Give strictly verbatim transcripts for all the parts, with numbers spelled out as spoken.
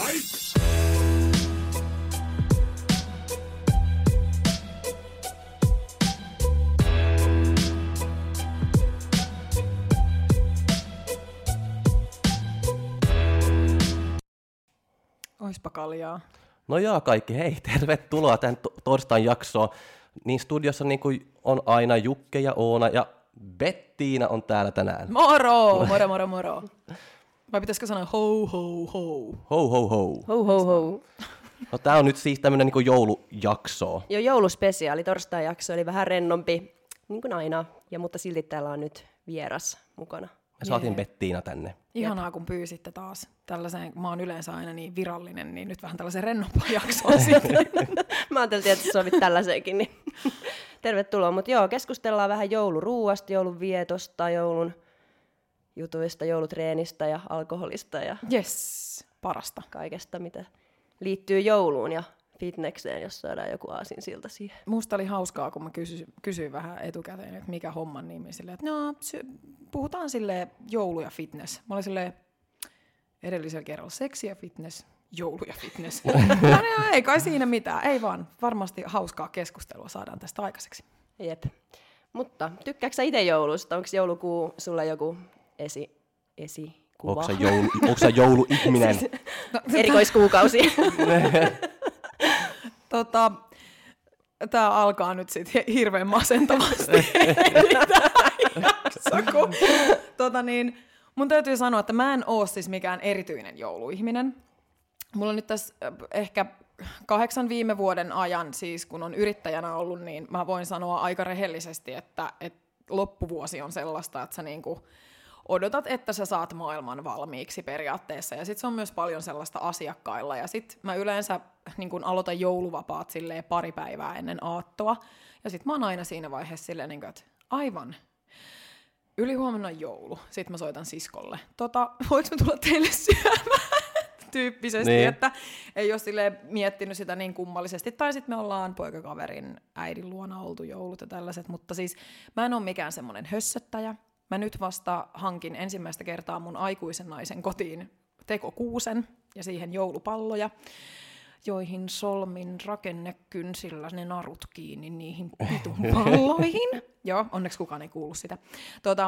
Oispa kaljaa. No joo kaikki, hei tervetuloa tähän to- torstain jaksoon. Niin studiossa niin kuin on aina Jukke ja Oona ja Bettiina on täällä tänään. Moro! Moro, moro, moro. Vai pitäisikö sanoa ho, ho, ho? Ho, ho, ho. Ho, ho, ho. No tää on nyt siis tämmönen niin kuin joulujakso. Jo jouluspesiaali, torstai-jakso oli vähän rennompi, niin kuin aina, ja, mutta silti täällä on nyt vieras mukana. Me saatiin yeah. Bettiina tänne. Ihanaa, kun pyysitte taas tällaiseen, mä oon yleensä aina niin virallinen, niin nyt vähän tällaisen rennompaan jaksoon sitten. Mä ajattelin, että sovit tällaiseenkin, niin tervetuloa. Mutta joo, keskustellaan vähän jouluruuasta, joulun vietosta, joulun jutuista, joulutreenistä ja alkoholista ja Yes, parasta. kaikesta, mitä liittyy jouluun ja fitnekseen, jos saadaan joku aasinsilta siihen. Musta oli hauskaa, kun mä kysyin, kysyin vähän etukäteen, että mikä homman nimi, silleen, että no, sy- puhutaan silleen joulu ja fitness. Mä olin silleen edellisellä kerralla seksi ja fitness, joulu ja fitness. no, no, ei kai siinä mitään, ei vaan. Varmasti hauskaa keskustelua saadaan tästä aikaiseksi. Jep. Mutta tykkääksä itse joulusta? Onko joulukuu sulla joku esi, esikuva? Onko sä, joulu, onko sä jouluihminen? no, Erikoiskuukausi. tota, tää alkaa nyt sit hirveän masentavasti. jakso, kun, tota niin, mun täytyy sanoa, että mä en oo siis mikään erityinen jouluihminen. Mulla on nyt tässä ehkä kahdeksan viime vuoden ajan, siis kun on yrittäjänä ollut, niin mä voin sanoa aika rehellisesti, että, että loppuvuosi on sellaista, että sä niinku odotat, että sä saat maailman valmiiksi periaatteessa. Ja sit se on myös paljon sellaista asiakkailla. Ja sit mä yleensä niin kun aloitan jouluvapaat silleen pari päivää ennen aattoa. Ja sit mä oon aina siinä vaiheessa silleen, niin kun, että aivan, ylihuomenna on joulu. Sit mä soitan siskolle. Tota, voiko mä tulla teille syömään? Tyyppisesti, niin. Että ei ole silleen miettinyt sitä niin kummallisesti. Tai sitten me ollaan poikakaverin äidin luona oltu joulut ja tällaiset. Mutta siis mä en ole mikään semmoinen hössöttäjä. Mä nyt vasta hankin ensimmäistä kertaa mun aikuisen naisen kotiin tekokuusen ja siihen joulupalloja, joihin solmin rakennekynsillä ne narut kiinni niihin pitun palloihin. Joo, onneksi kukaan ei kuullut sitä. Tota,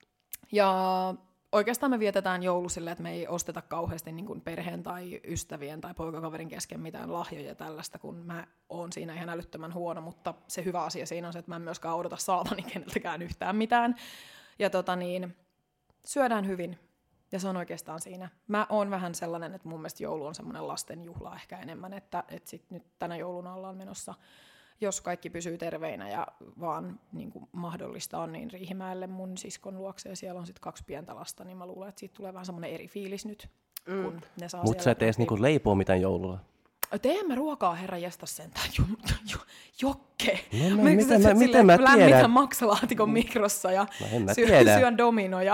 ja oikeastaan me vietetään joulu silleen, että me ei osteta kauheasti niin kuin perheen tai ystävien tai poikakaverin kesken mitään lahjoja ja tällaista, kun mä oon siinä ihan älyttömän huono, mutta se hyvä asia siinä on se, että mä en myöskään odota saavani keneltäkään yhtään mitään. Ja tota niin, syödään hyvin, ja se on oikeastaan siinä. Mä oon vähän sellainen, että mun mielestä joulu on semmoinen lastenjuhla ehkä enemmän, että, että sit nyt tänä jouluna ollaan menossa, jos kaikki pysyy terveinä ja vaan niin kuin mahdollista on, niin Riihimäelle mun siskon luokse, ja siellä on sitten kaksi pientä lasta, niin mä luulen, että siitä tulee vähän semmoinen eri fiilis nyt, mm. kun ne saa. Mutta sä et edes niinku leipoo mitään joululla. Teen mä ruokaa, herra jestas sentään, jo, jo, Jokke. No, no, miten, mä, miten mä tiedän? Lämmitän maksalaatikon mikrossa ja no, syö, syön dominoja.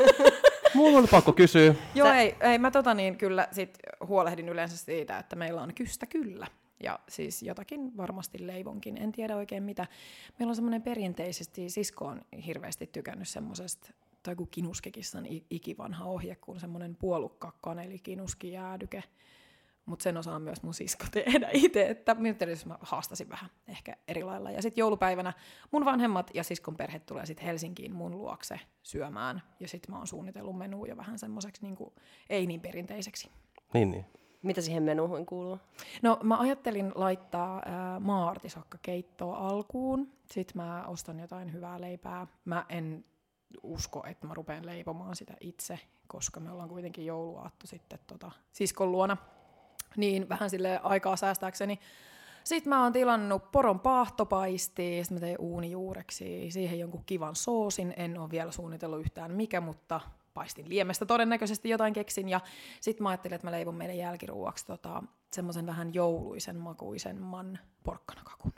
Mulla on pakko kysyä. Joo, Sä... ei, ei, mä tota niin kyllä sit huolehdin yleensä siitä, että meillä on kystä kyllä. Ja siis jotakin varmasti leivonkin, en tiedä oikein mitä. Meillä on semmoinen perinteisesti, sisko on hirveästi tykännyt semmosesta, tai kuin Kinuskekissan ikivanha ohje, kun semmoinen puolukkakaneli kinuskijäädyke. Mutta sen osaa myös mun sisko tehdä itse, että jos mä haastasin vähän ehkä eri lailla. Ja sitten joulupäivänä mun vanhemmat ja siskon perhe tulee sitten Helsinkiin mun luokse syömään. Ja sitten mä oon suunnitellut menua jo vähän semmoiseksi niinku, ei niin perinteiseksi. Niin, niin. Mitä siihen menuun kuuluu? No mä ajattelin laittaa ää, maa-artisokkakeittoa alkuun. Sitten mä ostan jotain hyvää leipää. Mä en usko, että mä rupean leipomaan sitä itse, koska me ollaan kuitenkin jouluaatto sitten tota, siskon luona. Niin vähän silleen aikaa säästääkseni. Sitten mä oon tilannut poron paahtopaistia, sitten mä tein uunijuureksi, siihen jonkun kivan soosin. En ole vielä suunnitellut yhtään mikä, mutta paistin liemestä todennäköisesti jotain keksin. Ja sitten mä ajattelin, että mä leivon meidän jälkiruuaksi tota, semmoisen vähän jouluisen makuisemman porkkanakakun.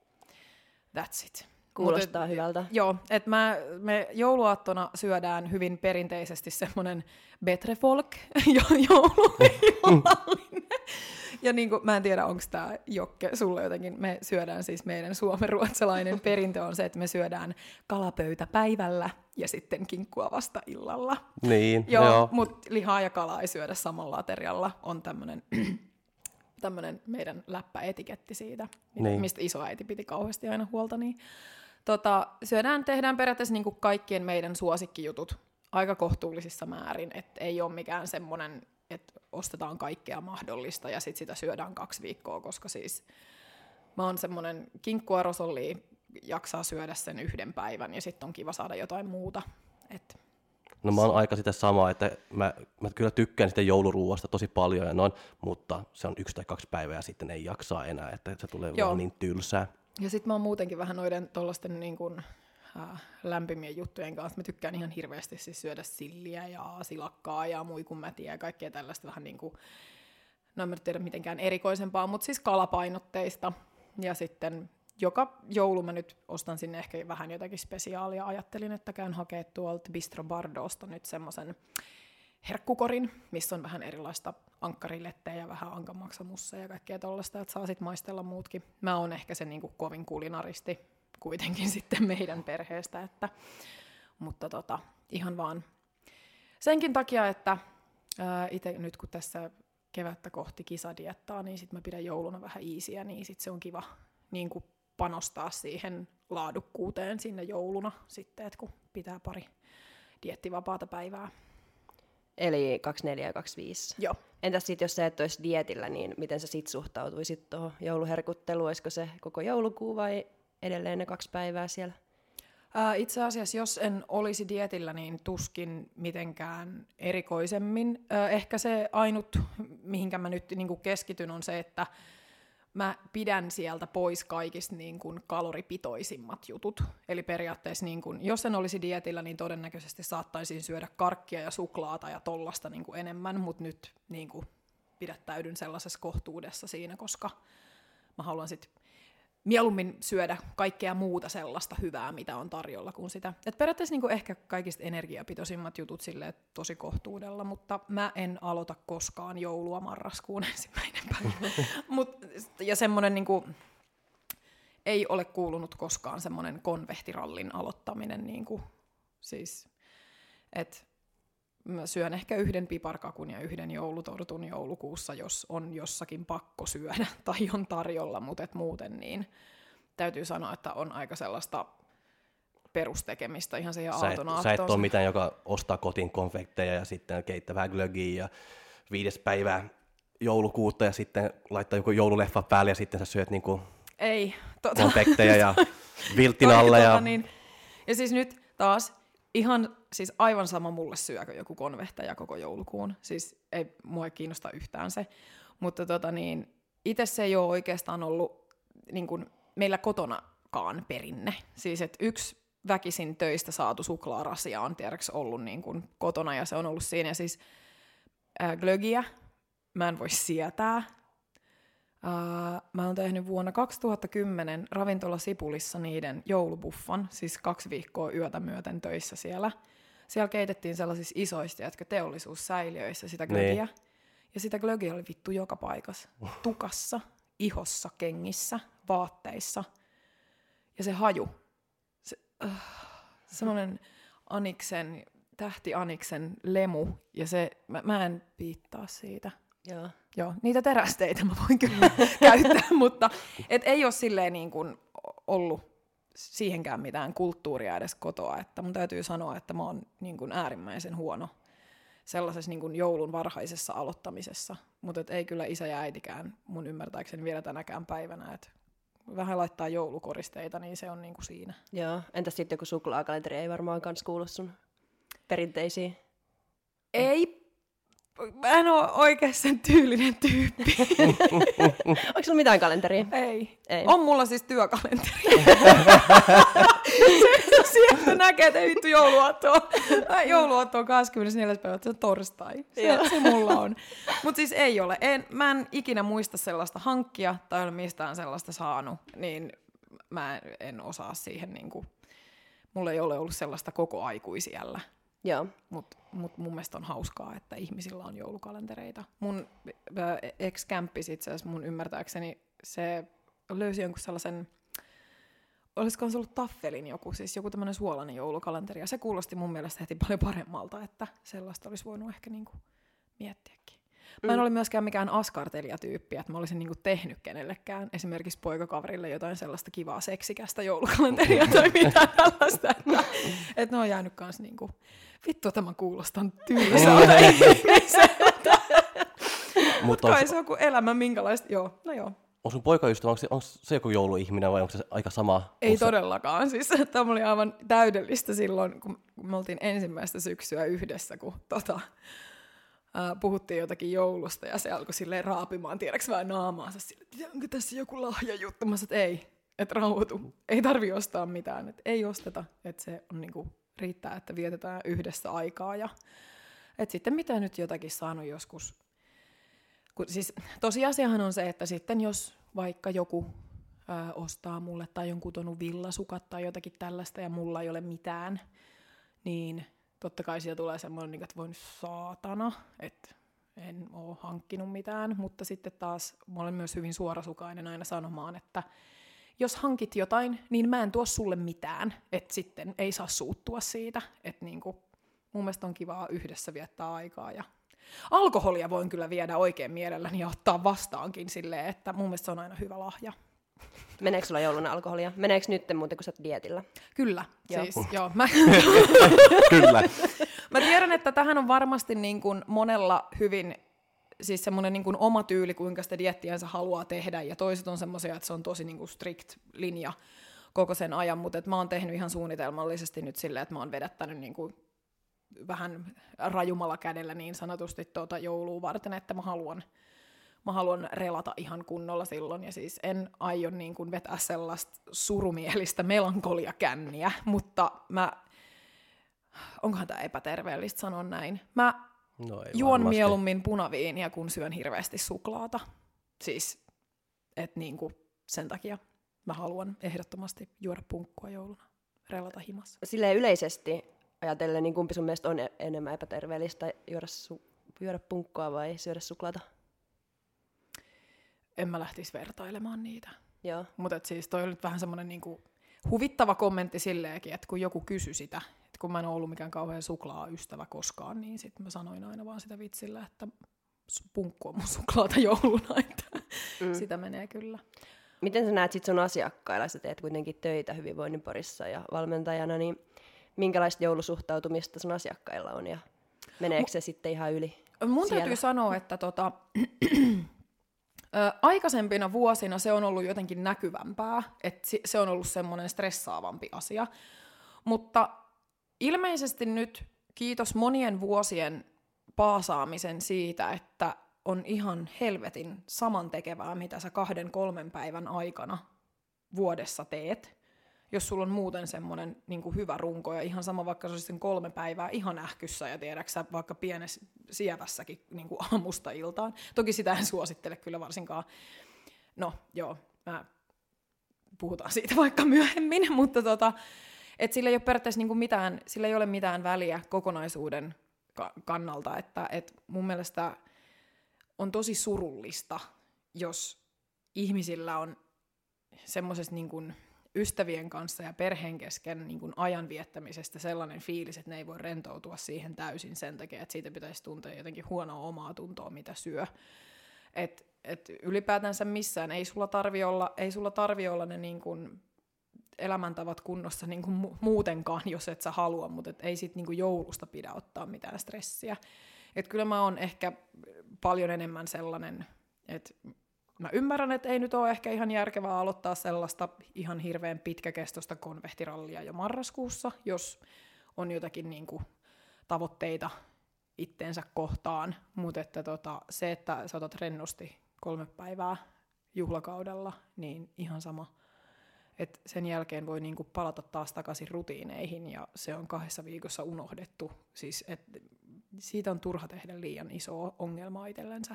That's it. Kuulostaa Mut, hyvältä. Joo, että me jouluaattona syödään hyvin perinteisesti semmoinen betrefolk jouluillallinen. Ja niin kuin, mä en tiedä, onko tämä Jokke sulle jotenkin, me syödään siis meidän suomenruotsalainen perintö on se, että me syödään kalapöytä päivällä ja sitten kinkkua vasta illalla. Niin, joo. joo. Mutta lihaa ja kalaa ei syödä samalla aterialla, on tämmöinen tämmönen meidän läppäetiketti siitä, niin. mistä isoäiti piti kauheasti aina huolta. Niin. Tota, syödään, tehdään periaatteessa niin kuin kaikkien meidän suosikkijutut aika kohtuullisissa määrin, että ei ole mikään semmoinen, että ostetaan kaikkea mahdollista ja sitten sitä syödään kaksi viikkoa, koska siis mä oon semmoinen kinkkua rosollia, jaksaa syödä sen yhden päivän ja sitten on kiva saada jotain muuta. Et no mä oon aika sitä samaa, että mä, mä kyllä tykkään sitä jouluruuasta tosi paljon ja noin, mutta se on yksi tai kaksi päivää ja sitten ei jaksaa enää, että se tulee Joo. vaan niin tylsää. Ja sitten mä oon muutenkin vähän noiden tollasten niin kuin Äh, lämpimien juttujen kanssa. Mä tykkään ihan hirveästi siis syödä silliä ja silakkaa ja muikunmätiä ja kaikkea tällaista vähän niin kuin, no en mä tiedä mitenkään erikoisempaa, mutta siis kalapainotteista. Ja sitten joka joulu mä nyt ostan sinne ehkä vähän jotakin spesiaalia. Ajattelin, että käyn hakemaan tuolta Bistro Bardoosta nyt semmoisen herkkukorin, missä on vähän erilaista ankkarilettejä ja vähän ankanmaksamusseja ja kaikkea tollaista, että saa sit maistella muutkin. Mä oon ehkä se niin kuin kovin kulinaristi kuitenkin sitten meidän perheestä, että, mutta tota, ihan vaan senkin takia, että itse nyt kun tässä kevättä kohti kisadiettaa, niin sitten mä pidän jouluna vähän iisiä, niin sitten se on kiva niin kuin panostaa siihen laadukkuuteen sinne jouluna sitten, että kun pitää pari diettivapaata päivää. Eli kaksikymmentäneljä ja kaksikymmentäviisi. Joo. Entäs sitten, jos sä et olisi dietillä, niin miten sä sitten suhtautuisit tuohon jouluherkutteluun? Olisiko se koko joulukuu vai edelleen ne kaksi päivää siellä? Ää, itse asiassa, jos en olisi dietillä, niin tuskin mitenkään erikoisemmin. Ää, ehkä se ainut, mihinkä mä nyt niin kuin keskityn, on se, että mä pidän sieltä pois kaikista niin kuin kaloripitoisimmat jutut. Eli periaatteessa, niin kuin, jos en olisi dietillä, niin todennäköisesti saattaisin syödä karkkia ja suklaata ja tollasta niin kuin enemmän, mutta nyt niin kuin pidättäydyn sellaisessa kohtuudessa siinä, koska mä haluan sitten mieluummin syödä kaikkea muuta sellaista hyvää, mitä on tarjolla kuin sitä. Et periaatteessa niin kuin ehkä kaikista energiapitoisimmat jutut silleen tosi kohtuudella, mutta mä en aloita koskaan joulua marraskuun ensimmäinen päivä. Mut, ja semmoinen niin kuin, ei ole kuulunut koskaan semmoinen konvehtirallin aloittaminen. Niin kuin, siis, et mä syön ehkä yhden piparkakun ja yhden joulutortun joulukuussa, jos on jossakin pakko syödä tai on tarjolla, mutta et muuten niin täytyy sanoa, että on aika sellaista perustekemistä ihan siihen aaton aattoon. Sä et ole mitään, joka ostaa kotiin konfekteja ja sitten keittävää glögiä ja viides päivää joulukuuta ja sitten laittaa joku joululeffa päälle ja sitten sä syöt niinku Ei, tota, konfekteja ja viltin alle. Ja... Tota, niin. ja siis nyt taas ihan siis aivan sama mulle syökö joku konvehteja koko joulukuun. Siis ei mua ei kiinnosta yhtään se. Mutta tota niin, itse se ei ole oikeastaan ollut niin kuin meillä kotonakaan perinne. Siis että yksi väkisin töistä saatu suklaarasia on tiedäks ollut niin kuin kotona ja se on ollut siinä. Ja siis ää, glögiä mä en voi sietää. Ää, mä oon tehnyt vuonna kaksituhattakymmenen ravintola Sipulissa niiden joulubuffan, siis kaksi viikkoa yötä myöten töissä siellä. Siellä keitettiin sellaisissa isoissa, jotka teollisuussäiliöissä sitä glögiä. Niin. Ja sitä glögiä oli vittu joka paikassa. Tukassa, ihossa, kengissä, vaatteissa. Ja se haju. Se, uh, semmoinen Aniksen, tähti Aniksen lemu. Ja se, mä, mä en piittaa siitä. Joo. Joo, niitä terästeitä mä voin kyllä käyttää, mutta et ei ole silleen niin kuin ollut siihenkään mitään kulttuuria edes kotoa, että mun täytyy sanoa, että mä oon niin kuin äärimmäisen huono sellaisessa niin kuin joulun varhaisessa aloittamisessa, mutta ei kyllä isä ja äitikään mun ymmärtääkseni vielä tänäkään päivänä, että vähän laittaa joulukoristeita, niin se on niin kuin siinä. Joo, entäs sitten joku suklaakalenteri ei varmaan kans kuulu sun perinteisiin? Ei. Mä en oo oikein sen tyylinen tyyppi. Onko sulla mitään kalenteria? Ei. Ei. On mulla siis työkalenteri. Sieltä näkee, että ei vittu jouluaattoa. Jouluaatto on kahdeskymmenesneljäs päivä, se on torstai. Se, se mulla on. Mutta siis ei ole. En, mä en ikinä muista sellaista hankkia tai ole mistään sellaista saanut, niin mä en osaa siihen niinku, mulla ei ole ollut sellaista koko aikuisiällä. Joo. Mutta mut mun mielestä on hauskaa, että ihmisillä on joulukalentereita. Mun äh, ex-kämppis itse asiassa mun ymmärtääkseni se löysi jonkun sellaisen, olisiko se ollut Taffelin joku, siis joku tämmöinen suolainen joulukalenteri, ja se kuulosti mun mielestä heti paljon paremmalta, että sellaista olisi voinut ehkä niinku miettiäkin. Mä en mm. ole myöskään mikään askartelijatyyppi, että mä olisin niinku tehnyt kenellekään, esimerkiksi poikakaverille jotain sellaista kivaa seksikästä joulukalenteria tai mitään tällaista, että, että ne on jäänyt kans niinku, vittu tämä kuulostan tylsältä ihmiseltä. Mutta kai se on kuin elämä minkälaista, joo, no joo. On sun poikaystävä, onko se, onko se joku jouluihminen vai onko se aika sama? Ei usein? Todellakaan. Siis, tämä oli aivan täydellistä silloin, kun me oltiin ensimmäistä syksyä yhdessä, kun tota, ää, puhuttiin jotakin joulusta ja se alkoi silleen raapimaan, tiedäks vähän naamaansa silleen, että onko tässä joku lahjajuttu? Mä sanoin, että ei, että rauhoitu, ei tarvi ostaa mitään, että ei osteta, että se on niinku, riittää, että vietetään yhdessä aikaa ja että sitten mitä nyt jotakin saanut joskus. Kun, siis tosiasiahan on se, että sitten jos vaikka joku ää, ostaa mulle tai on kutonut villasukat tai jotakin tällaista ja mulla ei ole mitään, niin totta kai siellä tulee semmoinen, että voin saatana, että en ole hankkinut mitään, mutta sitten taas mä olen myös hyvin suorasukainen aina sanomaan, että jos hankit jotain, niin mä en tuo sulle mitään, että sitten ei saa suuttua siitä, että niinku, mun mielestä on kivaa yhdessä viettää aikaa ja alkoholia voin kyllä viedä oikein mielelläni ja ottaa vastaankin silleen, että mun mielestä se on aina hyvä lahja. Meneekö sulla jouluna alkoholia? Meneekö nyt muuten, kun sä oot dietillä? Kyllä. Joo. Siis, joo. Mä... Kyllä. Mä tiedän, että tähän on varmasti niin kuin monella hyvin siis semmoinen niin kuin oma tyyli, kuinka sitä diettiänsä haluaa tehdä, ja toiset on semmoisia, että se on tosi niin kuin strict linja koko sen ajan, mutta mä oon tehnyt ihan suunnitelmallisesti nyt silleen, että mä oon vedättänyt niin kuin vähän rajumalla kädellä niin sanotusti tuota joulua varten, että mä haluan, mä haluan relata ihan kunnolla silloin, ja siis en aio niin kuin vetää sellaista surumielistä melankoliakänniä, mutta mä, onkohan tämä epäterveellistä sanoa näin, mä no juon varmasti. Mieluummin punaviiniä, kun syön hirveästi suklaata, siis että niin kuin sen takia mä haluan ehdottomasti juoda punkkua jouluna, relata himassa. Silleen yleisesti ajatellen, niin kumpi sun mielestä on enemmän epäterveellistä, juoda, su- juoda punkkua vai syödä suklaata? En mä lähtisi vertailemaan niitä. Joo. Mutta siis toi oli nyt vähän semmoinen niinku huvittava kommentti silleenkin, että kun joku kysyi sitä, että kun mä en ole ollut mikään kauhean suklaa-ystävä koskaan, niin sitten mä sanoin aina vaan sitä vitsillä, että punkku on mun suklaata jouluna, että mm. sitä menee kyllä. Miten sä näet sit sun asiakkailla, sä teet kuitenkin töitä Hyvinvoinninporissa ja valmentajana, niin minkälaista joulusuhtautumista sun asiakkailla on ja meneekö se M- sitten ihan yli Mun siellä? Täytyy sanoa, että tota, ö, aikaisempina vuosina se on ollut jotenkin näkyvämpää, että se on ollut semmoinen stressaavampi asia, mutta ilmeisesti nyt kiitos monien vuosien paasaamisen siitä, että on ihan helvetin samantekevää, mitä sä kahden kolmen päivän aikana vuodessa teet, jos sulla on muuten semmoinen niin kuin hyvä runko, ja ihan sama vaikka se olisi sen kolme päivää ihan ähkyssä, ja tiedäksä vaikka pienessä sievässäkin niin kuin aamusta iltaan. Toki sitä en suosittele kyllä varsinkaan. No joo, mä puhutaan siitä vaikka myöhemmin, mutta tota, et sillä ei ole periaatteessa niin kuin mitään, sillä ei ole mitään väliä kokonaisuuden ka- kannalta, että et mun mielestä on tosi surullista, jos ihmisillä on semmoisesta niin kuin ystävien kanssa ja perheen kesken niin kuin ajan viettämisestä sellainen fiilis, että ne ei voi rentoutua siihen täysin sen takia, että siitä pitäisi tuntea jotenkin huonoa omaa tuntoa, mitä syö. Et, et ylipäätänsä missään ei sulla tarvi olla, ei sulla tarvi olla ne niin kuin elämäntavat kunnossa niin kuin mu- muutenkaan, jos et sä halua, mutta et ei sit niin kuin joulusta pidä ottaa mitään stressiä. Et kyllä mä oon ehkä paljon enemmän sellainen, että mä ymmärrän, että ei nyt ole ehkä ihan järkevää aloittaa sellaista ihan hirveän pitkäkestoista konvehtirallia jo marraskuussa, jos on jotakin niin kuin tavoitteita itteensä kohtaan, mutta että tota, se, että sä otat rennosti kolme päivää juhlakaudella, niin ihan sama. Et sen jälkeen voi niinku palata taas takaisin rutiineihin, ja se on kahdessa viikossa unohdettu. Siis, et siitä on turha tehdä liian isoa ongelmaa itsellensä.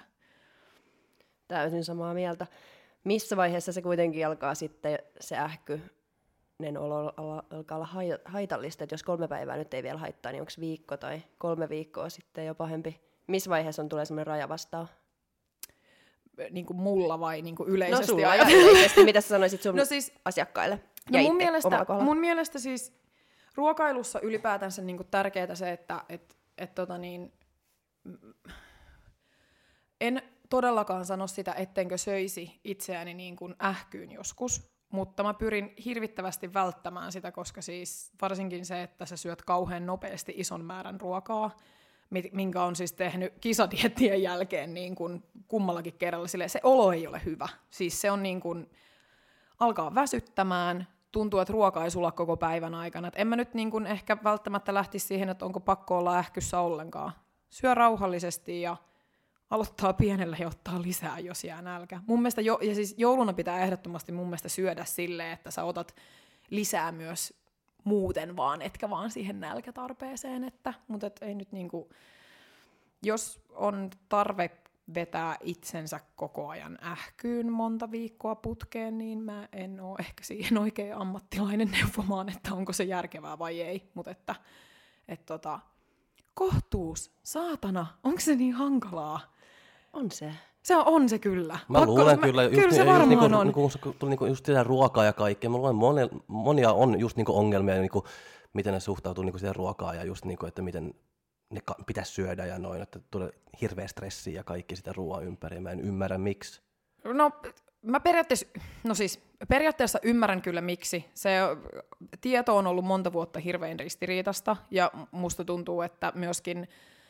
Täysin samaa mieltä. Missä vaiheessa se kuitenkin alkaa sitten se ähky fyysinen olo alkaa olla haitallista, että jos kolme päivää nyt ei vielä haittaa, niin onko viikko tai kolme viikkoa sitten jo pahempi? Missä vaiheessa on tulee sellainen raja vastaan? Niin kuin mulla vai niin kuin yleisesti? No sulla ja yleisesti. Mitä sä sanoisit sun no siis, asiakkaille? No mun, mielestä, mun mielestä siis ruokailussa ylipäätänsä niin kuin tärkeää se, että et, et tota niin, en todellakaan sano sitä, ettenkö söisi itseäni niin kuin ähkyyn joskus, mutta mä pyrin hirvittävästi välttämään sitä, koska siis varsinkin se, että sä syöt kauhean nopeasti ison määrän ruokaa, minkä on siis tehnyt kisadiettien jälkeen niin kuin kummallakin kerralla, silleen, se olo ei ole hyvä. Siis se on niin kuin, alkaa väsyttämään, tuntuu, että ruoka ei sula koko päivän aikana. Et en mä nyt niin kuin ehkä välttämättä lähtisi siihen, että onko pakko olla ähkyssä ollenkaan. Syö rauhallisesti ja aloittaa pienellä ja ottaa lisää, jos jää nälkä. Mun mielestä jo, ja siis jouluna pitää ehdottomasti mun mielestä syödä silleen, että sä otat lisää myös muuten vaan, etkä vaan siihen nälkätarpeeseen. Että, mutta et ei nyt niinku, jos on tarve vetää itsensä koko ajan ähkyyn monta viikkoa putkeen, niin mä en ole ehkä siihen oikein ammattilainen neuvomaan, että onko se järkevää vai ei. Mutta että et tota, kohtuus, saatana, onko se niin hankalaa? On se. Se on, on se kyllä. Mä Pakko, luulen mä, kyllä, just, kyllä se just, varmaan niinku, on. Niinku, kun tuli niinku just sitä ruokaa ja kaikkea, mä luulen monia, monia on just niinku ongelmia, niinku, miten ne suhtautuu niinku siihen ruokaan ja just niinku, että miten ne ka- pitäisi syödä ja noin, että tulee hirveä stressi ja kaikki sitä ruoan ympäri. Mä en ymmärrä miksi. No mä periaatteessa, no siis periaatteessa ymmärrän kyllä miksi. Se tieto on ollut monta vuotta hirveän ristiriitasta ja musta tuntuu, että myöskin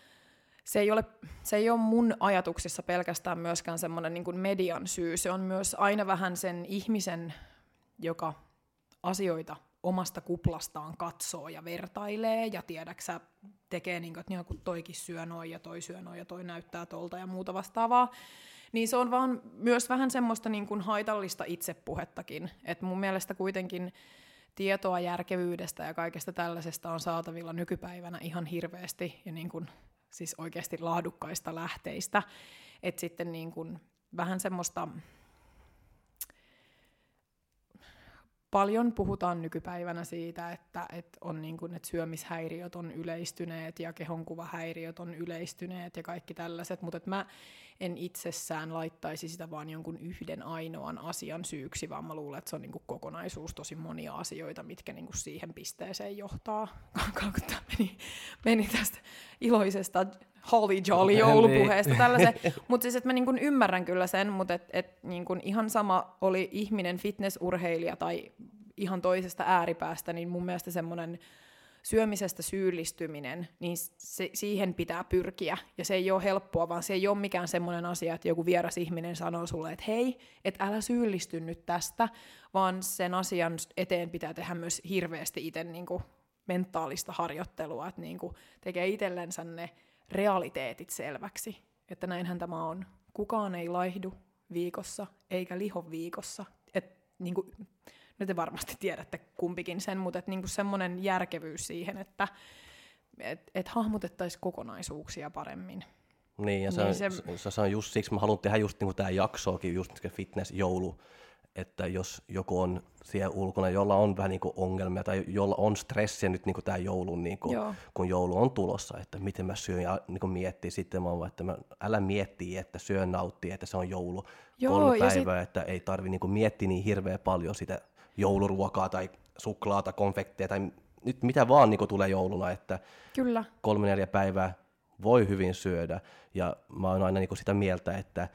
Se ei, ole, se ei ole mun ajatuksissa pelkästään myöskään semmoinen niin kuin median syy. Se on myös aina vähän sen ihmisen, joka asioita omasta kuplastaan katsoo ja vertailee ja tiedäksä tekee niin kuin, että niin, kun toikin syö noin ja toi syö noin ja toi näyttää tolta ja muuta vastaavaa. Niin se on vaan myös vähän semmoista niin kuin haitallista itsepuhettakin. Et mun mielestä kuitenkin tietoa järkevyydestä ja kaikesta tällaisesta on saatavilla nykypäivänä ihan hirveästi ja niin kuin siis oikeasti laadukkaista lähteistä, että sitten niin kuin vähän semmoista, paljon puhutaan nykypäivänä siitä, että, että, on niin kuin, että syömishäiriöt on yleistyneet ja kehonkuvahäiriöt on yleistyneet ja kaikki tällaiset, mutta että mä en itsessään laittaisi sitä vaan jonkun yhden ainoan asian syyksi, vaan mä luulen, että se on niin kuin kokonaisuus, tosi monia asioita, mitkä niin kuin siihen pisteeseen johtaa. Kun tämä meni, meni tästä iloisesta holly jolly joulupuheesta tällaisen, mutta siis että mä niin kuin ymmärrän kyllä sen, mutta et, et niin kuin ihan sama oli ihminen fitnessurheilija tai ihan toisesta ääripäästä, niin mun mielestä semmoinen syömisestä syyllistyminen, niin se, siihen pitää pyrkiä. Ja se ei ole helppoa, vaan se ei ole mikään semmoinen asia, että joku vieras ihminen sanoo sulle, että hei, että älä syyllisty nyt tästä, vaan sen asian eteen pitää tehdä myös hirveästi itse niin kuin mentaalista harjoittelua, että niin kuin tekee itsellensä ne realiteetit selväksi, että näinhän tämä on. Kukaan ei laihdu viikossa, eikä liho viikossa. Et, niin kuin, nyt te varmasti tiedätte kumpikin sen, mutta et, niin kuin semmoinen järkevyys siihen, että et, et hahmotettaisiin kokonaisuuksia paremmin. Niin, ja se, niin se, se, se on just siksi, mä haluan tehdä just niin kuin tämä jaksoakin, just fitness-joulu, että jos joku on siellä ulkona, jolla on vähän niin kuin ongelmia tai jolla on stressiä nyt niin kuin tämä joulun, niin kuin, kun joulu on tulossa, että miten mä syön ja niin kuin miettii sitten, vaan, että mä, älä miettii, että syön nauttii, että se on joulu Joo, kolme päivää, sit... että ei tarvi niin kuin miettiä niin hirveän paljon sitä jouluruokaa tai suklaata, konfekteja tai nyt mitä vaan niin kuin tulee jouluna, että Kyllä. kolme neljä päivää voi hyvin syödä ja mä oon aina niin kuin sitä mieltä, että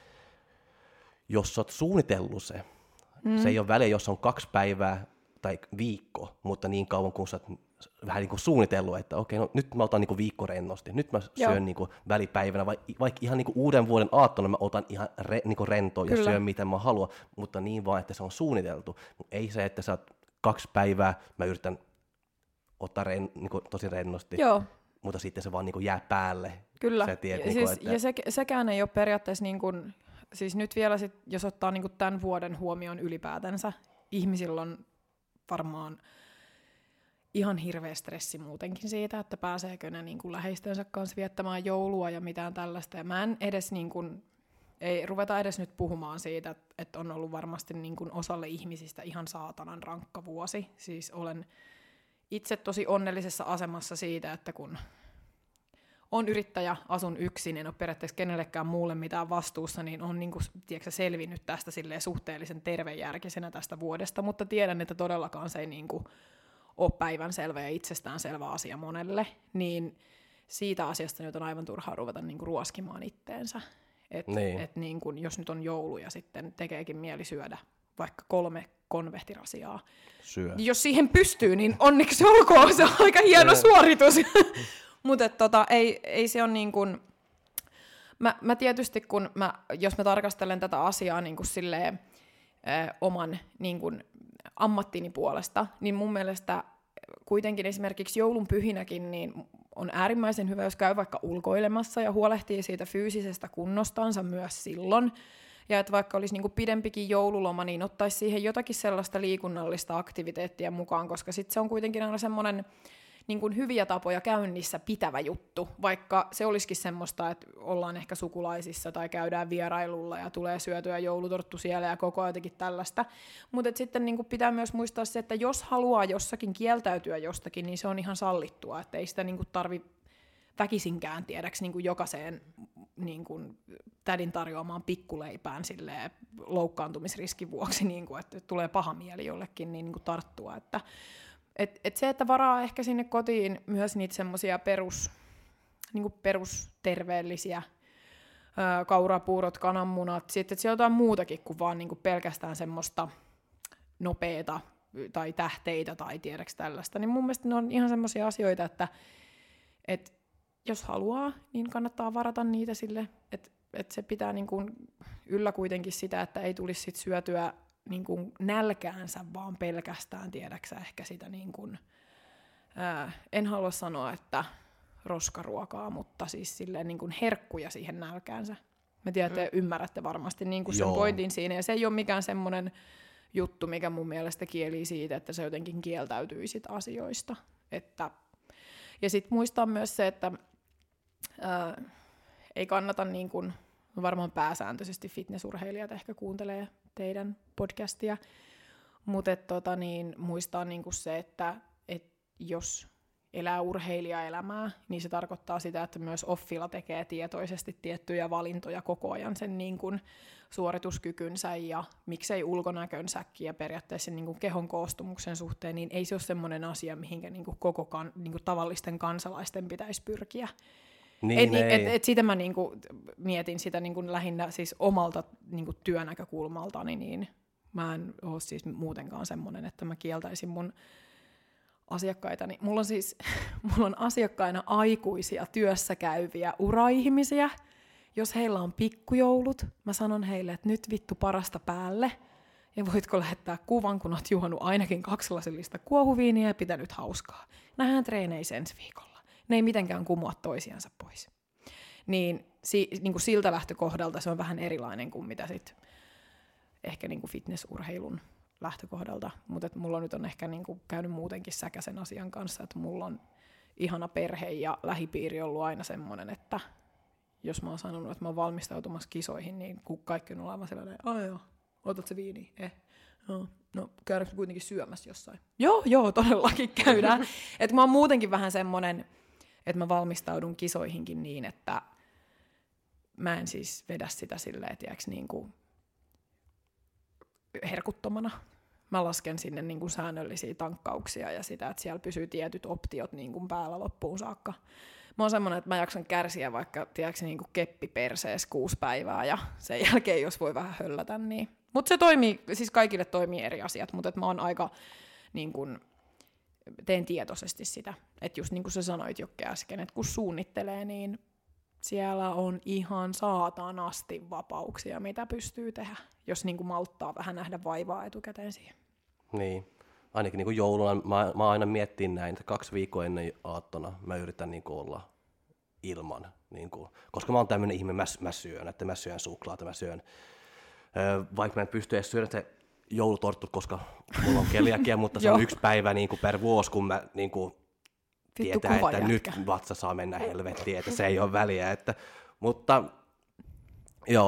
jos sä oot suunnitellut se, Mm. se ei ole väliä, jos on kaksi päivää tai viikko, mutta niin kauan kun sä oot vähän niin kuin suunnitellut, että okei, no nyt mä otan niin kuin viikko rennosti, nyt mä syön niin kuin välipäivänä, vaikka ihan niin kuin uuden vuoden aattona mä otan ihan re, niin kuin rentoa ja syön mitä mä haluan, mutta niin vaan, että se on suunniteltu. Ei se, että sä oot kaksi päivää, mä yritän ottaa ren, niin kuin tosi rennosti, Joo. mutta sitten se vaan niin kuin jää päälle. Kyllä, sä tiedät, ja, niin siis, kuin, että... ja se, sekään ei ole periaatteessa niin kuin... Siis nyt vielä, sit, jos ottaa niinku tämän vuoden huomioon ylipäätänsä, ihmisillä on varmaan ihan hirveä stressi muutenkin siitä, että pääseekö ne niinku läheistensä kanssa viettämään joulua ja mitään tällaista. Ja mä en edes, niinku, ei ruveta edes nyt puhumaan siitä, että on ollut varmasti niin kuin osalle ihmisistä ihan saatanan rankka vuosi. Siis olen itse tosi onnellisessa asemassa siitä, että kun on yrittäjä, asun yksin, en ole periaatteessa kenellekään muulle mitään vastuussa, niin on niin kuin, tiedätkö, selvinnyt tästä silleen suhteellisen tervejärkisenä tästä vuodesta, mutta tiedän, että todellakaan se ei niin kuin ole päivänselvä ja itsestäänselvä asia monelle, niin siitä asiasta nyt on aivan turhaa ruveta niin kuin ruoskimaan itteensä. Et, niin. et niin kuin, jos nyt on joulu ja sitten tekeekin mieli syödä vaikka kolme konvehtirasiaa. Syö. Jos siihen pystyy, niin onneksi olkoon, se on aika hieno suoritus. Mutta tota, ei, ei se ole niin kuin, mä, mä tietysti kun mä, jos mä tarkastelen tätä asiaa niin kuin silleen, ö, oman niin kuin ammattini puolesta, niin mun mielestä kuitenkin esimerkiksi joulun pyhinäkin niin on äärimmäisen hyvä, jos käy vaikka ulkoilemassa ja huolehtii siitä fyysisestä kunnostansa myös silloin. Ja että vaikka olisi niinku pidempikin joululoma, niin ottaisi siihen jotakin sellaista liikunnallista aktiviteettia mukaan, koska sitten se on kuitenkin aina semmoinen niin kuin hyviä tapoja käynnissä pitävä juttu, vaikka se olisikin semmoista, että ollaan ehkä sukulaisissa tai käydään vierailulla ja tulee syötyä joulutorttu siellä ja koko ajan jotenkin tällaista. Mutta sitten niin kuin pitää myös muistaa se, että jos haluaa jossakin kieltäytyä jostakin, niin se on ihan sallittua, että ei sitä niin kuin tarvi väkisinkään tiedäksi niin kuin jokaiseen niin kuin tädin tarjoamaan pikkuleipään silleen loukkaantumisriskin vuoksi, niin kuin, että tulee paha mieli jollekin, niin, niin kuin tarttua, että Et, et se, että varaa ehkä sinne kotiin myös niitä semmoisia perus, niinku perusterveellisiä ää, kaurapuurot, kananmunat, sitten että siellä on jotain muutakin kuin vaan niinku pelkästään semmoista nopeeta tai tähteitä tai tiedäks tällaista, niin mun mielestä ne on ihan semmoisia asioita, että et jos haluaa, niin kannattaa varata niitä sille, että et se pitää niinku yllä kuitenkin sitä, että ei tulisi sit syötyä niin kuin nälkäänsä, vaan pelkästään tiedäksä ehkä sitä, niin kuin, ää, en halua sanoa, että roskaruokaa, mutta siis silleen niin kuin herkkuja siihen nälkäänsä. Mä tiedän, että mm. ymmärrätte varmasti niin kuin sen Joo. pointin siinä, ja se ei ole mikään semmoinen juttu, mikä mun mielestä kielii siitä, että se jotenkin kieltäytyisit asioista. Että, ja sitten muistaa myös se, että ää, ei kannata niin kuin, varmaan pääsääntöisesti fitnessurheilijat ehkä kuuntelee teidän podcastia, mutta tota, niin, muistaa niinku se, että et jos elää urheilijaelämää, niin se tarkoittaa sitä, että myös offilla tekee tietoisesti tiettyjä valintoja koko ajan sen niin kuin suorituskykynsä ja miksei ulkonäkönsäkin ja periaatteessa niin kuin kehon koostumuksen suhteen, niin ei se ole semmoinen asia, mihinkä niin kuin koko kan, niin kuin tavallisten kansalaisten pitäisi pyrkiä. Niin, et, et, et sitä mä niinku mietin sitä niinku lähinnä siis omalta niinku työnäkökulmaltani, niin mä en ole siis muutenkaan semmoinen, että mä kieltäisin mun asiakkaitani. Mulla on siis mulla on asiakkaina aikuisia työssä käyviä uraihmisiä. Jos heillä on pikkujoulut, mä sanon heille, että nyt vittu parasta päälle. Ja voitko lähettää kuvan, kun oot juonut ainakin kaksi lasillista kuohuviiniä ja pitänyt hauskaa. Nähdään treeneissä ensi viikolla. Ne ei mitenkään kumoa toisiansa pois. Niin, si, niin kuin siltä lähtökohdalta se on vähän erilainen kuin mitä sit ehkä niin kuin fitnessurheilun lähtökohdalta. Mutta mulla nyt on ehkä niin kuin käynyt muutenkin säkä sen asian kanssa, että mulla on ihana perhe ja lähipiiri ollut aina semmoinen, että jos mä oon sanonut, että mä oon valmistautumassa kisoihin, niin kaikki on aivan sellainen, aah joo, otat se viini? Eh. No, no käydäänkö kuitenkin syömässä jossain? Joo, joo, todellakin käydään. Että mä oon muutenkin vähän semmoinen, että mä valmistaudun kisoihinkin niin, että mä en siis vedä sitä silleen, tiiäks, niin kuin herkuttomana. Mä lasken sinne niin kuin säännöllisiä tankkauksia ja sitä, että siellä pysyy tietyt optiot niin kuin päällä loppuun saakka. Mä oon semmoinen, että mä jaksan kärsiä vaikka tiiäks, niin kuin keppi persees kuusi päivää ja sen jälkeen, jos voi vähän höllätä, niin. Mutta se toimii, siis kaikille toimii eri asiat, mutta mä oon aika niin kun, teen tietoisesti sitä. Että just niin kuin sä sanoit Jokke äsken, että kun suunnittelee, niin siellä on ihan saatanasti vapauksia, mitä pystyy tehdä, jos niin kuin malttaa vähän nähdä vaivaa etukäteen siihen. Niin, ainakin niin kuin jouluna, mä, mä aina miettin näin, että kaksi viikkoa ennen aattona mä yritän niin kuin olla ilman, niin kuin, koska mä oon tämmöinen ihme, mä, mä syön, että mä syön suklaata, mä syön, öö, vaikka mä en pysty edes syödä se joulutorttu, koska mulla on keliakia, mutta se on yksi päivä niin kuin per vuosi, kun mä niin kuin tietää, että jätkä. Nyt vatsa saa mennä helvettiin, että se ei ole väliä. Että, mutta joo, se on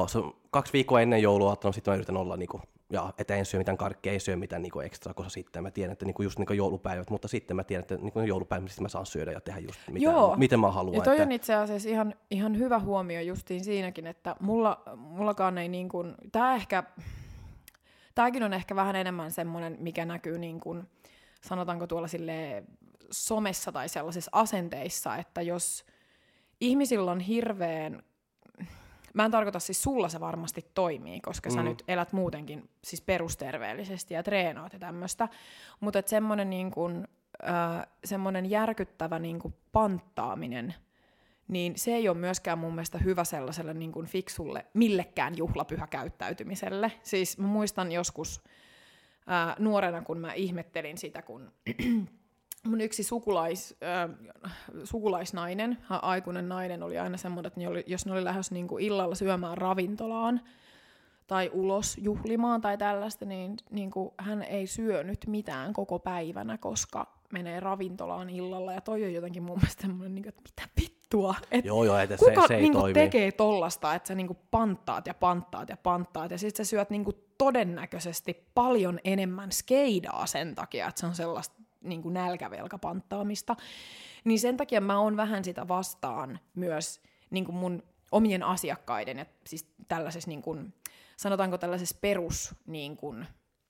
kaksi viikkoa ennen joulua, no sitten mä yritän olla, niinku, ja, että en syö mitään karkkia, ei syö mitään niinku ekstra, koska sitten mä tiedän, että niinku just niinku joulupäivät, mutta sitten mä tiedän, että niinku joulupäivät mä saan syödä ja tehdä just mitä, Joo. miten mä haluan. Ja toi että... on itse asiassa ihan, ihan hyvä huomio justiin siinäkin, että mulla, mullakaan ei niin kuin, tää ehkä, tääkin on ehkä vähän enemmän semmoinen, mikä näkyy niin kuin, sanotaanko tuolla silleen somessa tai sellaisissa asenteissa, että jos ihmisillä on hirveän, mä en tarkoita siis sulla se varmasti toimii, koska mm. sä nyt elät muutenkin siis perusterveellisesti ja treenaat ja tämmöistä, mutta että semmoinen niin kuin, äh, semmoinen järkyttävä niin kuin panttaaminen, niin se ei ole myöskään mun mielestä hyvä sellaiselle niin kuin fiksulle millekään juhlapyhäkäyttäytymiselle. Siis mä muistan joskus äh, nuorena, kun mä ihmettelin sitä, kun mun yksi sukulais, äh, sukulaisnainen, aikuinen nainen, oli aina semmoinen, että ne oli, jos ne oli lähdössä niin kuin illalla syömään ravintolaan tai ulos juhlimaan tai tällaista, niin, niin kuin hän ei syönyt mitään koko päivänä, koska menee ravintolaan illalla. Ja toi on jotenkin mun mielestä semmoinen, niin kuin, että mitä vittua? Et joo, joo, että kuka se, se ei niin kuin toimi. Tekee tollasta, että sä niin kuin panttaat ja panttaat ja panttaat, ja sitten sä syöt niin kuin todennäköisesti paljon enemmän skeidaa sen takia, että se on sellaista niin kuin nälkävelkapanttaamista, niin sen takia mä oon vähän sitä vastaan myös niin kuin mun omien asiakkaiden, että siis tällaisessa niin kuin, sanotaanko tällaisessa perus, niin kuin,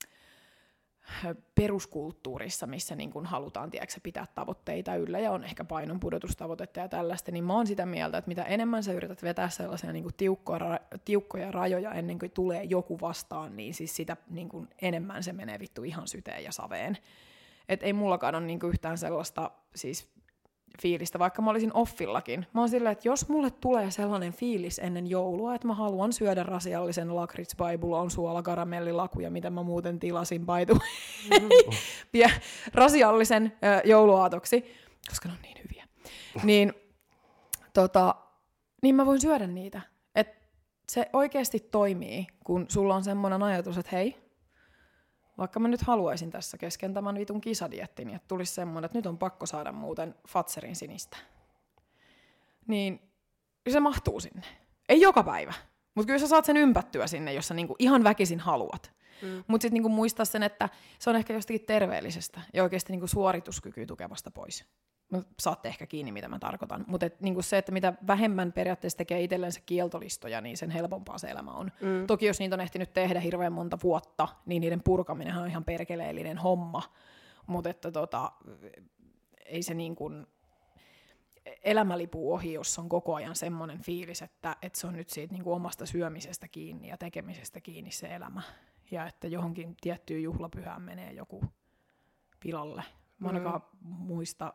peruskulttuurissa, missä niin kuin halutaan tiedätkö, pitää tavoitteita yllä ja on ehkä painonpudotustavoitetta ja tällaista, niin mä oon sitä mieltä, että mitä enemmän sä yrität vetää sellaisia niin kuin tiukkoja, tiukkoja rajoja ennen kuin tulee joku vastaan, niin siis sitä niin kuin enemmän se menee vittu ihan syteen ja saveen. Että ei mullakaan ole niinku yhtään sellaista siis fiilistä, vaikka mä olisin offillakin. Mä oon silleen, että jos mulle tulee sellainen fiilis ennen joulua, että mä haluan syödä rasiallisen lakritsbaibulon suolakaramellilakuja, mitä mä muuten tilasin paitu mm-hmm. rasiallisen äh, jouluaatoksi, koska ne on niin hyviä, niin, tota, niin mä voin syödä niitä. Et se oikeasti toimii, kun sulla on semmoinen ajatus, että hei, vaikka mä nyt haluaisin tässä kesken tämän vitun kisadiettin, että tulisi semmoinen, että nyt on pakko saada muuten Fatserin sinistä. Niin se mahtuu sinne. Ei joka päivä, mutta kyllä sä saat sen ympättyä sinne, jos sä niinku ihan väkisin haluat. Mm. Mutta sitten niinku muistaa sen, että se on ehkä jostakin terveellisestä ja oikeasti niinku suorituskykyä tukevasta pois. No, saatte ehkä kiinni, mitä mä tarkoitan. Mutta niinku se, että mitä vähemmän periaatteessa tekee itsellensä kieltolistoja, niin sen helpompaa se elämä on. Mm. Toki jos niitä on ehtinyt tehdä hirveän monta vuotta, niin niiden purkaminen on ihan perkeleellinen homma. Mutta että tota, ei se niin kuin elämä lipuu ohi, jos on koko ajan semmoinen fiilis, että, että se on nyt siitä niin kuin omasta syömisestä kiinni ja tekemisestä kiinni se elämä. Ja että johonkin tiettyyn juhlapyhään menee joku pilalle. Mä ainakaan mm. muista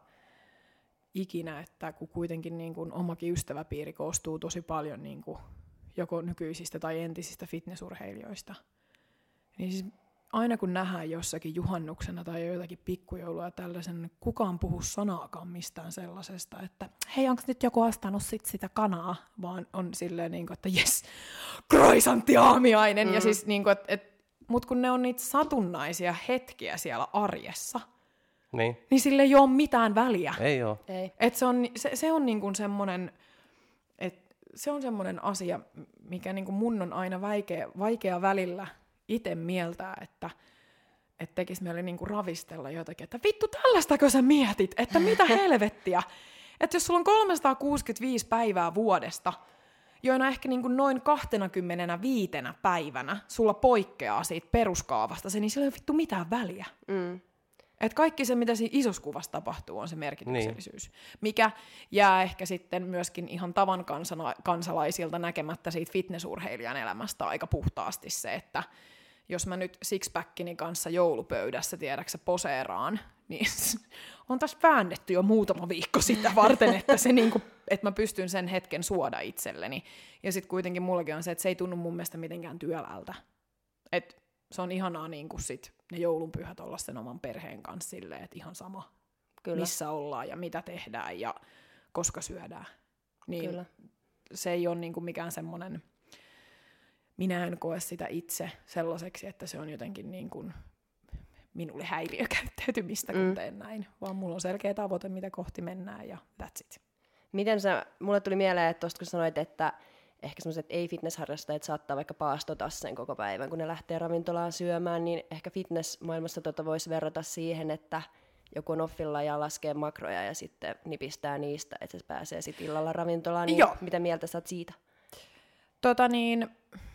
ikinä, että kun kuitenkin niin kuin omakin ystäväpiiri koostuu tosi paljon niin kuin joko nykyisistä tai entisistä fitnessurheilijoista, niin siis aina kun nähdään jossakin juhannuksena tai jotakin pikkujoulua ja tällaisen, niin kukaan puhu sanaakaan mistään sellaisesta, että hei, onko nyt joku ostanut sit sitä kanaa, vaan on silleen, niin kuin, että jes, kroisantti-aamiainen, mm. ja siis niin kuin, että, että, mut kun ne on niitä satunnaisia hetkiä siellä arjessa, Niin. niin sille ei ole mitään väliä. Ei oo. Ei. Et se on, se, se on niinku semmoinen, et se on semmoinen asia, mikä niinku mun on aina vaikea, vaikea välillä itse mieltää, että et tekisi mieli niinku ravistella jotakin, että vittu tällaistako sä mietit, että mitä helvettiä. Että jos sulla on kolmesataakuusikymmentäviisi päivää vuodesta, joina ehkä niinku noin kaksikymmentäviisi päivänä sulla poikkeaa siitä peruskaavasta se, niin sillä ei ole vittu mitään väliä. Mm. Et kaikki se, mitä siinä isossa kuvassa tapahtuu, on se merkityksellisyys, niin. Mikä jää ehkä sitten myöskin ihan tavan kansana, kansalaisilta näkemättä siitä fitnessurheilijan elämästä aika puhtaasti se, että jos mä nyt sixpackini kanssa joulupöydässä, tiedäksä, poseeraan, niin on taas väännetty jo muutama viikko sitä varten, että, se niinku, että mä pystyn sen hetken suoda itselleni. Ja sitten kuitenkin mullakin on se, että se ei tunnu mun mielestä mitenkään työlältä. Et se on ihanaa niin kuin sit ne joulunpyhät olla sen oman perheen kanssa silleen, että ihan sama, Kyllä. missä ollaan ja mitä tehdään ja koska syödään. Niin Kyllä. se ei ole niin kuin mikään semmoinen, minä en koe sitä itse sellaiseksi, että se on jotenkin niin kuin minulle häiriökäyttäytymistä, kun mm. teen näin, vaan mulla on selkeä tavoite, mitä kohti mennään ja that's it. Miten sä, mulle tuli mieleen, että tuosta kun sanoit, että ehkä sellaiset ei-fitness-harrastajat saattaa vaikka paastota sen koko päivän, kun ne lähtee ravintolaan syömään, niin ehkä fitness-maailmassa tota voisi verrata siihen, että joku on offilla ja laskee makroja ja sitten nipistää niistä, että se pääsee sitten illalla ravintolaan. Niin Joo. mitä mieltä sä oot siitä? Tota niin,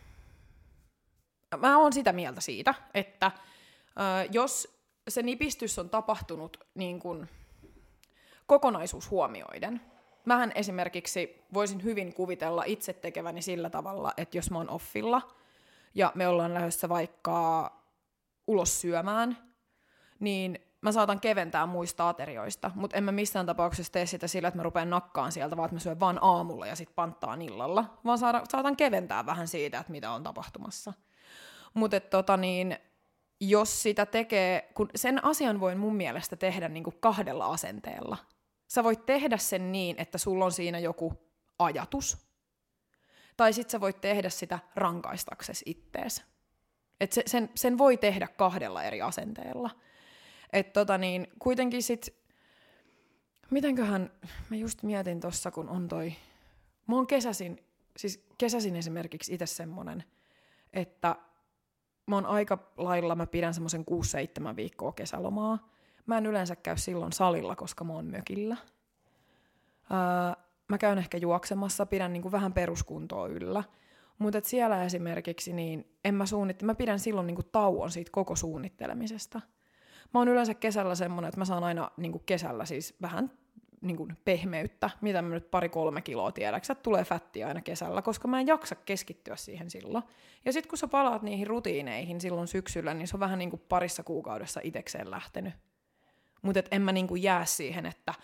mä oon sitä mieltä siitä, että äh, jos se nipistys on tapahtunut niin kuin kokonaisuus huomioiden, mähän esimerkiksi voisin hyvin kuvitella itse tekeväni sillä tavalla, että jos mä oon offilla ja me ollaan lähdössä vaikka ulos syömään, niin mä saatan keventää muista aterioista, mutta en mä missään tapauksessa tee sitä sillä, että mä rupean nakkaan sieltä, vaan että mä syön vaan aamulla ja sit panttaan illalla, vaan saada, saatan keventää vähän siitä, että mitä on tapahtumassa. Mutta tota niin, jos sitä tekee, kun sen asian voin mun mielestä tehdä niinku kahdella asenteella. Sä voit tehdä sen niin, että sulla on siinä joku ajatus, tai sit sä voit tehdä sitä rankaistaksesi ittees. Et se, sen, sen voi tehdä kahdella eri asenteella. Että tota niin, kuitenkin sit, mitenköhän, mä just mietin tossa, kun on toi, mä oon kesäsin, siis kesäsin esimerkiksi itse semmonen, että mä oon aika lailla, mä pidän semmoisen kuusi seitsemän viikkoa kesälomaa. Mä en yleensä käy silloin salilla, koska mä oon mökillä. Öö, mä käyn ehkä juoksemassa, pidän niinku vähän peruskuntoa yllä. Mutta siellä esimerkiksi, niin en mä suunnittele, mä pidän silloin niinku tauon siitä koko suunnittelemisesta. Mä oon yleensä kesällä semmonen, että mä saan aina niinku kesällä siis vähän niinku pehmeyttä, mitä mä nyt pari-kolme kiloa tiedäksä, että tulee fättiä aina kesällä, koska mä en jaksa keskittyä siihen silloin. Ja sit kun sä palaat niihin rutiineihin silloin syksyllä, niin se on vähän niinku parissa kuukaudessa itekseen lähtenyt. Mutta en mä niinku jää siihen, että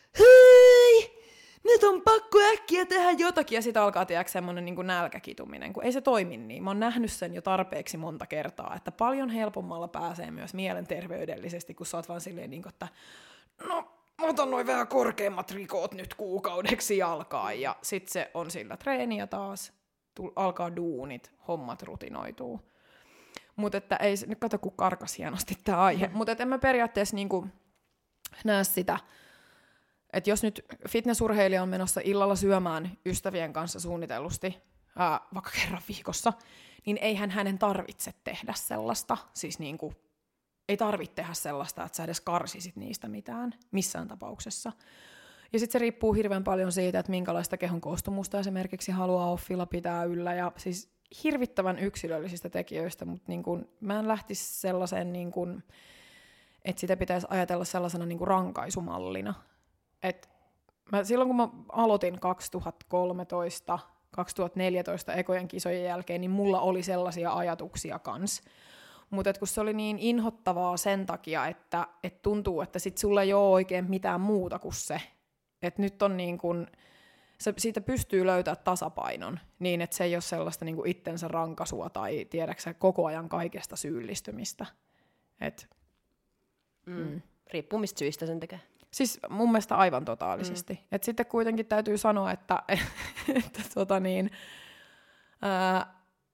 hei, nyt on pakko äkkiä tehdä jotakin, ja sit alkaa tiedäks semmonen niinku nälkäkituminen, kun ei se toimi niin. Mä oon nähnyt sen jo tarpeeksi monta kertaa, että paljon helpommalla pääsee myös mielenterveydellisesti, kun sä oot vaan silleen, niinku, että no, mä otan noin vähän korkeammat rikot nyt kuukaudeksi jalkaan, ja sit se on sillä treeniä taas, tull, alkaa duunit, hommat rutinoituu. Mutta että ei, nyt kato kun karkas hienosti tää aihe, mutta en mä periaatteessa niinku näe sitä, että jos nyt fitnessurheilija on menossa illalla syömään ystävien kanssa suunnitellusti, ää, vaikka kerran viikossa, niin eihän hänen tarvitse tehdä sellaista, siis niinku, ei tarvitse tehdä sellaista, että sä edes karsisit niistä mitään, missään tapauksessa. Ja sitten se riippuu hirveän paljon siitä, että minkälaista kehon koostumusta esimerkiksi haluaa offilla pitää yllä, ja siis hirvittävän yksilöllisistä tekijöistä, mutta niin kun, mä en lähtisi sellaiseen, niin kun, että sitä pitäisi ajatella sellaisena niin kun rankaisumallina. Et mä, silloin kun mä aloitin kaksituhattakolmetoista kaksituhattaneljätoista ekojen kisojen jälkeen, niin mulla oli sellaisia ajatuksia kans. Mutta kun se oli niin inhottavaa sen takia, että et tuntuu, että sit sulla ei ole oikein mitään muuta kuin se. Että nyt on niin kun, se, siitä pystyy löytämään tasapainon niin, että se ei ole sellaista niin kuin itsensä rankasua tai tiedäksä koko ajan kaikesta syyllistymistä. Et, mm. Mm. Riippuu mistä syistä sen tekee. Siis mun mielestä aivan totaalisesti. Mm. Et sitten kuitenkin täytyy sanoa, että, että tota niin, ää,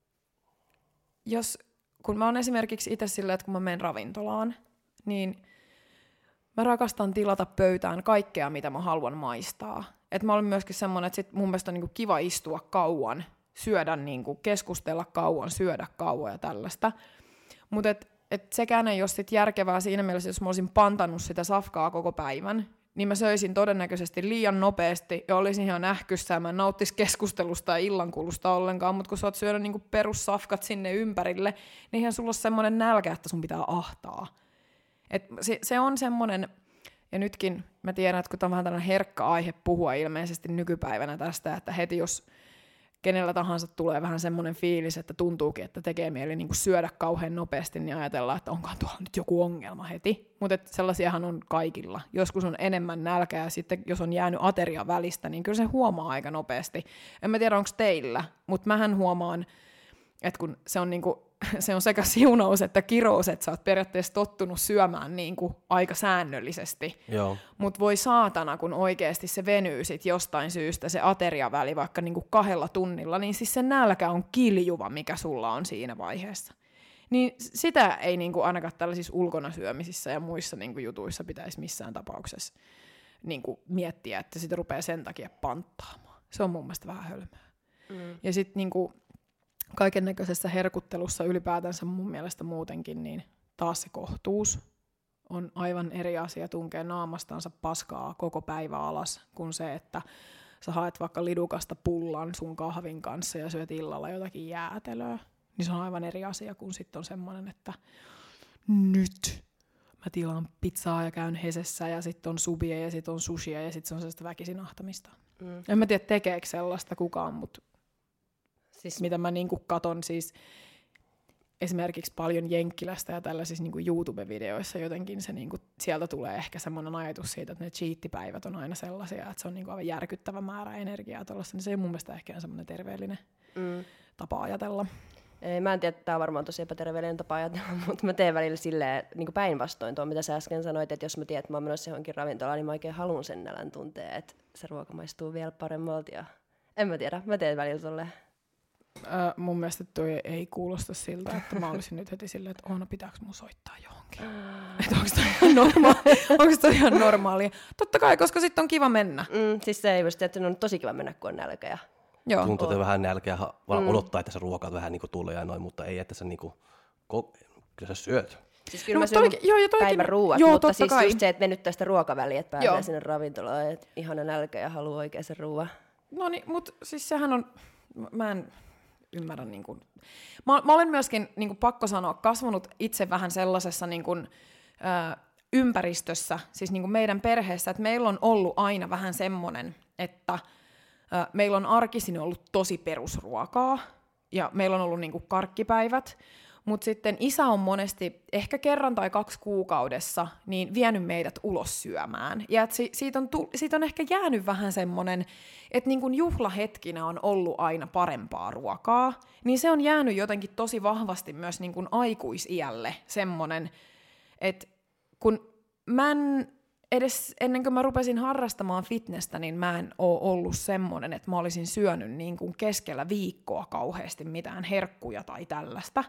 jos, kun mä oon esimerkiksi itse silleen, että kun mä menen ravintolaan, niin mä rakastan tilata pöytään kaikkea, mitä mä haluan maistaa. Et mä olen myöskin semmoinen, että sit mun mielestä on niinku kiva istua kauan, syödä, niinku, keskustella kauan, syödä kauan ja tällaista. Mutta et, et sekään ei ole sit järkevää siinä mielessä, jos mä olisin pantannut sitä safkaa koko päivän, niin mä söisin todennäköisesti liian nopeasti ja olisin ihan ähkyssä ja mä en nauttisi keskustelusta ja illankulusta ollenkaan, mutta kun sä oot syönyt niinku perussafkat sinne ympärille, niin eihän sulla ole semmoinen nälkä, että sun pitää ahtaa. Et se, se on semmoinen, ja nytkin mä tiedän, että kun tämä on vähän tällainen herkkä aihe puhua ilmeisesti nykypäivänä tästä, että heti jos kenellä tahansa tulee vähän semmoinen fiilis, että tuntuukin, että tekee mieli niin kuin syödä kauhean nopeasti, niin ajatellaan, että onkaan tuolla nyt joku ongelma heti. Mutta sellaisiahan on kaikilla. Joskus on enemmän nälkää, ja sitten jos on jäänyt ateria välistä, niin kyllä se huomaa aika nopeasti. En mä tiedä, onko teillä, mutta mähän huomaan, että kun se on, niinku, se on sekä siunaus että kirous, että sä oot periaatteessa tottunut syömään niinku aika säännöllisesti. Mutta voi saatana, kun oikeasti se venyy sit jostain syystä se ateriaväli vaikka niinku kahdella tunnilla, niin siis se nälkä on kiljuva, mikä sulla on siinä vaiheessa. Niin sitä ei niinku ainakaan tällaisissa ulkona syömisissä ja muissa niinku jutuissa pitäisi missään tapauksessa niinku miettiä, että sitä rupeaa sen takia panttaamaan. Se on mun mielestä vähän hölmöä. Mm. Ja sitten niinku kaiken näköisessä herkuttelussa ylipäätänsä mun mielestä muutenkin, niin taas se kohtuus on aivan eri asia tunkea naamastansa paskaa koko päivä alas, kuin se, että sä haet vaikka Lidukasta pullan sun kahvin kanssa ja syöt illalla jotakin jäätelöä. Niin se on aivan eri asia, kun sitten on semmoinen, että nyt mä tilaan pizzaa ja käyn Hesessä ja sitten on subia ja sitten on sushia ja sitten se on sellaista väkisin ahtamista. Mm. En mä tiedä, tekeekö sellaista kukaan, mutta siis mitä mä niinku katon siis esimerkiksi paljon Jenkkilästä ja tällaisissa niinku YouTube-videoissa jotenkin se niinku, sieltä tulee ehkä semmoinen ajatus siitä, että ne cheat-päivät on aina sellaisia, että se on niinku aivan järkyttävä määrä energiaa tuollaista, niin se ei mun mielestä ehkä semmoinen terveellinen mm. tapa ajatella. Ei, mä en tiedä, että tämä on varmaan tosi epäterveellinen tapa ajatella, mutta mä teen välillä silleen niin päinvastoin tuon, mitä sä äsken sanoit, että jos mä tiedän, että mä oon menossa johonkin ravintolaan, niin mä oikein haluan sen nälän tuntea, että se ruoka maistuu vielä paremmalta. Ja en mä tiedä, mä teen välillä tolleen. Äh, mun mielestä toi ei kuulosta siltä, että mä olisin nyt heti silleen, että Oona, pitääkö mun soittaa johonkin? Että onko toi ihan normaali? Onko toi ihan normaalia? Totta kai, koska sitten on kiva mennä. Mm, siis se ei just, että on tosi kiva mennä, kun on nälkä. Ja joo. Tuntuu, että vähän nälkeä mm. odottaa, että se ruoka vähän niin kuin tulee ja noin, mutta ei, että sä niin kuin, kyllä sä syöt. Siis kyllä no, mä syön toikin, joo, päivän ruuat, joo, mutta siis kai. Just se, että venyttää sitä ruokaväliä, että pääsee joo. sinne ravintolaan, että ihana nälkä ja haluaa oikein sen ruoan. No niin, mutta siis sehän on, mä en ymmärrä niin kuin, mä, mä olen myöskin niin kuin pakko sanoa, kasvanut itse vähän sellaisessa niin kuin, ö, ympäristössä, siis niin kuin meidän perheessä, että meillä on ollut aina vähän semmoinen, että ö, meillä on arkisin ollut tosi perusruokaa, ja meillä on ollut niin kuin karkkipäivät, mutta sitten isä on monesti ehkä kerran tai kaksi kuukaudessa niin vienyt meidät ulos syömään. Ja si- siitä, on tu- siitä on ehkä jäänyt vähän semmoinen, että niin kun juhlahetkinä on ollut aina parempaa ruokaa, niin se on jäänyt jotenkin tosi vahvasti myös niin kun aikuisiälle semmoinen, että kun mä en edes ennen kuin mä rupesin harrastamaan fitnessä, niin mä en ole ollut semmoinen, että mä olisin syönyt niin kun keskellä viikkoa kauheasti mitään herkkuja tai tällaista.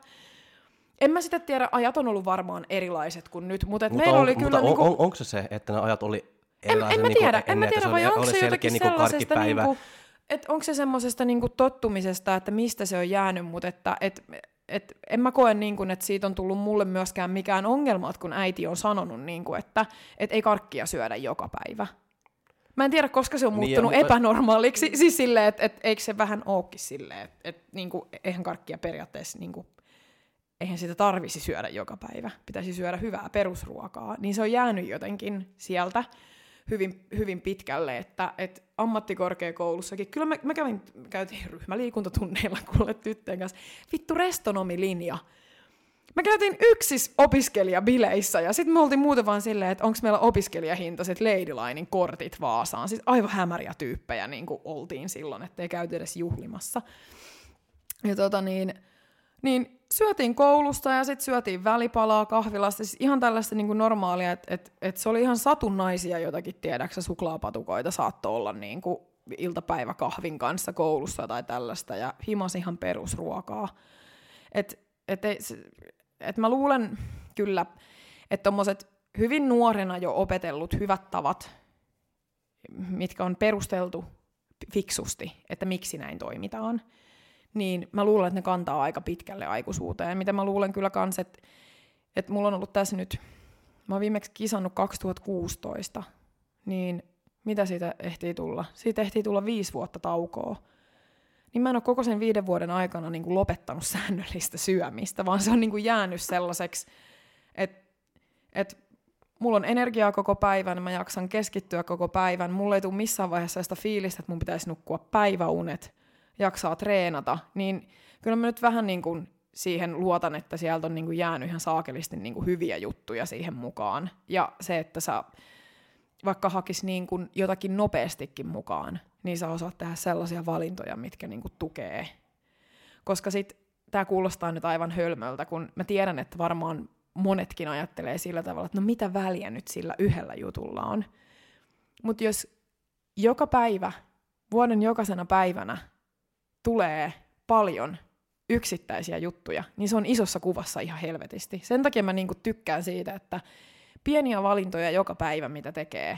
En mä sitä tiedä, ajat on ollut varmaan erilaiset kuin nyt, mutta, mutta meillä on, oli kyllä... Mutta on, niinku... on, onko se se, että ne ajat oli erilaiset? En, en mä tiedä, niinku, en mä tiedä, vai onko se jotenkin niinku sellaisesta, niinku, että onko se semmoisesta niinku tottumisesta, että mistä se on jäänyt, mutta että et, et, en mä koe, niinku, että siitä on tullut mulle myöskään mikään ongelma, kun äiti on sanonut, niinku, että et ei karkkia syödä joka päivä. Mä en tiedä, koska se on muuttunut niin, epänormaaliksi, mutta... siis silleen, että et, eikö se vähän ookin silleen, että et, niinku, eihän karkkia periaatteessa... Niinku, eihän sitä tarvisi syödä joka päivä, pitäisi syödä hyvää perusruokaa, niin se on jäänyt jotenkin sieltä hyvin, hyvin pitkälle, että et ammattikorkeakoulussakin, kyllä mä, mä kävin, käytiin ryhmäliikuntatunneilla kuule tyttöjen kanssa, vittu restonomilinja. Mä käytiin yksis opiskelijabileissä ja sitten me oltiin muuten vaan silleen, että onko meillä opiskelijahintaiset Ladylinen kortit Vaasaan, siis aivan hämäriä tyyppejä niin kuin oltiin silloin, ettei käyty edes juhlimassa. Ja tota niin... Niin syötiin koulusta ja sitten syötiin välipalaa kahvilasta, siis ihan tällaista niin kuin normaalia, että et, et se oli ihan satunnaisia jotakin, tiedäksä, suklaapatukoita saattoi olla niin kuin iltapäiväkahvin kanssa koulussa tai tällaista, ja himas ihan perusruokaa. Et, et, et mä luulen kyllä, että tommoset hyvin nuorena jo opetellut hyvät tavat, mitkä on perusteltu fiksusti, että miksi näin toimitaan, niin mä luulen, että ne kantaa aika pitkälle aikuisuuteen. Mitä mä luulen kyllä kans, että, että mulla on ollut tässä nyt, mä oon viimeksi kisannut kaksituhattakuusitoista, niin mitä siitä ehtii tulla? Siitä ehtii tulla viisi vuotta taukoa. Niin mä en ole koko sen viiden vuoden aikana niin kuin lopettanut säännöllistä syömistä, vaan se on niin kuin jäänyt sellaiseksi, että, että mulla on energiaa koko päivän, mä jaksan keskittyä koko päivän, mulla ei tule missään vaiheessa sitä fiilistä, että mun pitäisi nukkua päiväunet, jaksaa treenata, niin kyllä mä nyt vähän niin kuin siihen luotan, että sieltä on niin kuin jäänyt ihan saakelisti niin kuin hyviä juttuja siihen mukaan. Ja se, että sä vaikka hakis niin kuin jotakin nopeastikin mukaan, niin sä osaat tehdä sellaisia valintoja, mitkä niin kuin tukee. Koska sit tää kuulostaa nyt aivan hölmöltä, kun mä tiedän, että varmaan monetkin ajattelee sillä tavalla, että no mitä väliä nyt sillä yhdellä jutulla on. Mutta jos joka päivä, vuoden jokaisena päivänä tulee paljon yksittäisiä juttuja, niin se on isossa kuvassa ihan helvetisti. Sen takia mä niinku tykkään siitä, että pieniä valintoja joka päivä, mitä tekee,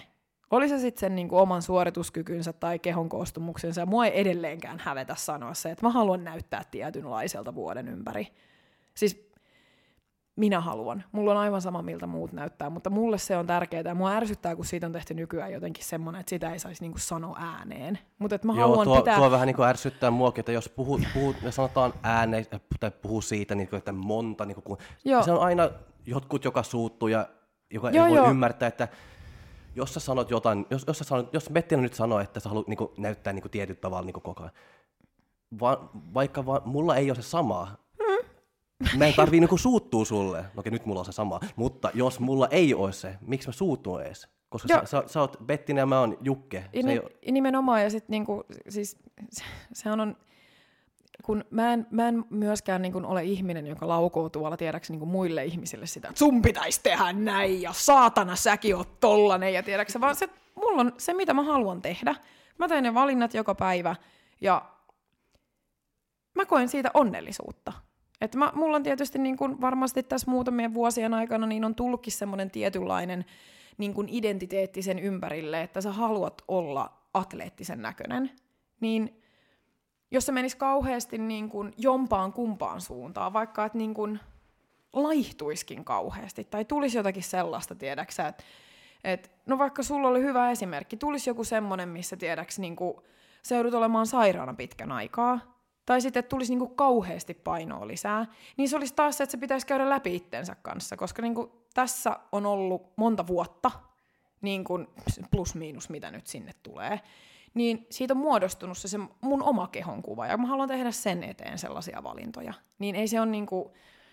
Oli se sitten sen niin kuin oman suorituskykynsä tai kehon koostumuksensa, ja mua ei edelleenkään hävetä sanoa se, että mä haluan näyttää tietynlaiselta vuoden ympäri. Siis minä haluan. Mulla on aivan sama, miltä muut näyttää, mutta mulle se on tärkeää, ja mua ärsyttää, kun siitä on tehty nykyään jotenkin semmoinen, että sitä ei saisi niin kuin sanoa ääneen. Mutta että mä Joo, haluan tuo, pitää... tuo vähän niin kuin ärsyttää muakin, että jos puhut, puhut, me sanotaan ääneen, tai puhuu siitä, niin kuin, että monta, niin kuin, se on aina jotkut, joka suuttuu, ja joka joo, ei voi joo. ymmärtää, että jos sä sanot jotain, jos, jos, sä sanot, jos Bettina nyt sanoo, että sä haluat niin kuin, näyttää niin kuin, tietyllä tavalla niin kuin, koko ajan, va, vaikka va, mulla ei ole se sama, mm. mä en tarvii niin kuin, suuttua sulle, no okei, nyt mulla on se sama, mutta jos mulla ei ole se, miksi mä suutun edes? Koska sä, sä, sä oot Bettina ja mä oon Jukke. Ja se ni, ole... Nimenomaan, ja sitten niinku, siis, se, se on, kun mä en, mä en myöskään niinku ole ihminen, joka laukoo tuolla tiedäksä niinku muille ihmisille sitä, että sun pitäisi tehdä näin, ja saatana säkin oot tollanen, ja tiedäksä, vaan se, mulla on se, mitä mä haluan tehdä. Mä teen ne valinnat joka päivä, ja mä koen siitä onnellisuutta. Että mä, mulla on tietysti niin kun varmasti tässä muutamien vuosien aikana niin on tullutkin semmoinen tietynlainen niin kun identiteetti sen ympärille, että sä haluat olla atleettisen näköinen, niin jos se menisi kauheasti niin kun jompaan kumpaan suuntaan, vaikka että niin kun laihtuiskin kauheasti, tai tulisi jotakin sellaista, tiedäksä, että et, no vaikka sulla oli hyvä esimerkki, tulisi joku semmoinen, missä tiedäks niin kun sä joudut olemaan sairaana pitkän aikaa, tai sitten, että tulisi niinku kauheasti painoa lisää, niin se olisi taas se, että se pitäisi käydä läpi itsensä kanssa, koska niinku tässä on ollut monta vuotta, niin kuin plus miinus mitä nyt sinne tulee, niin siitä on muodostunut se, se mun oma kehonkuva, ja mä haluan tehdä sen eteen sellaisia valintoja. Niin ei se ole niinku,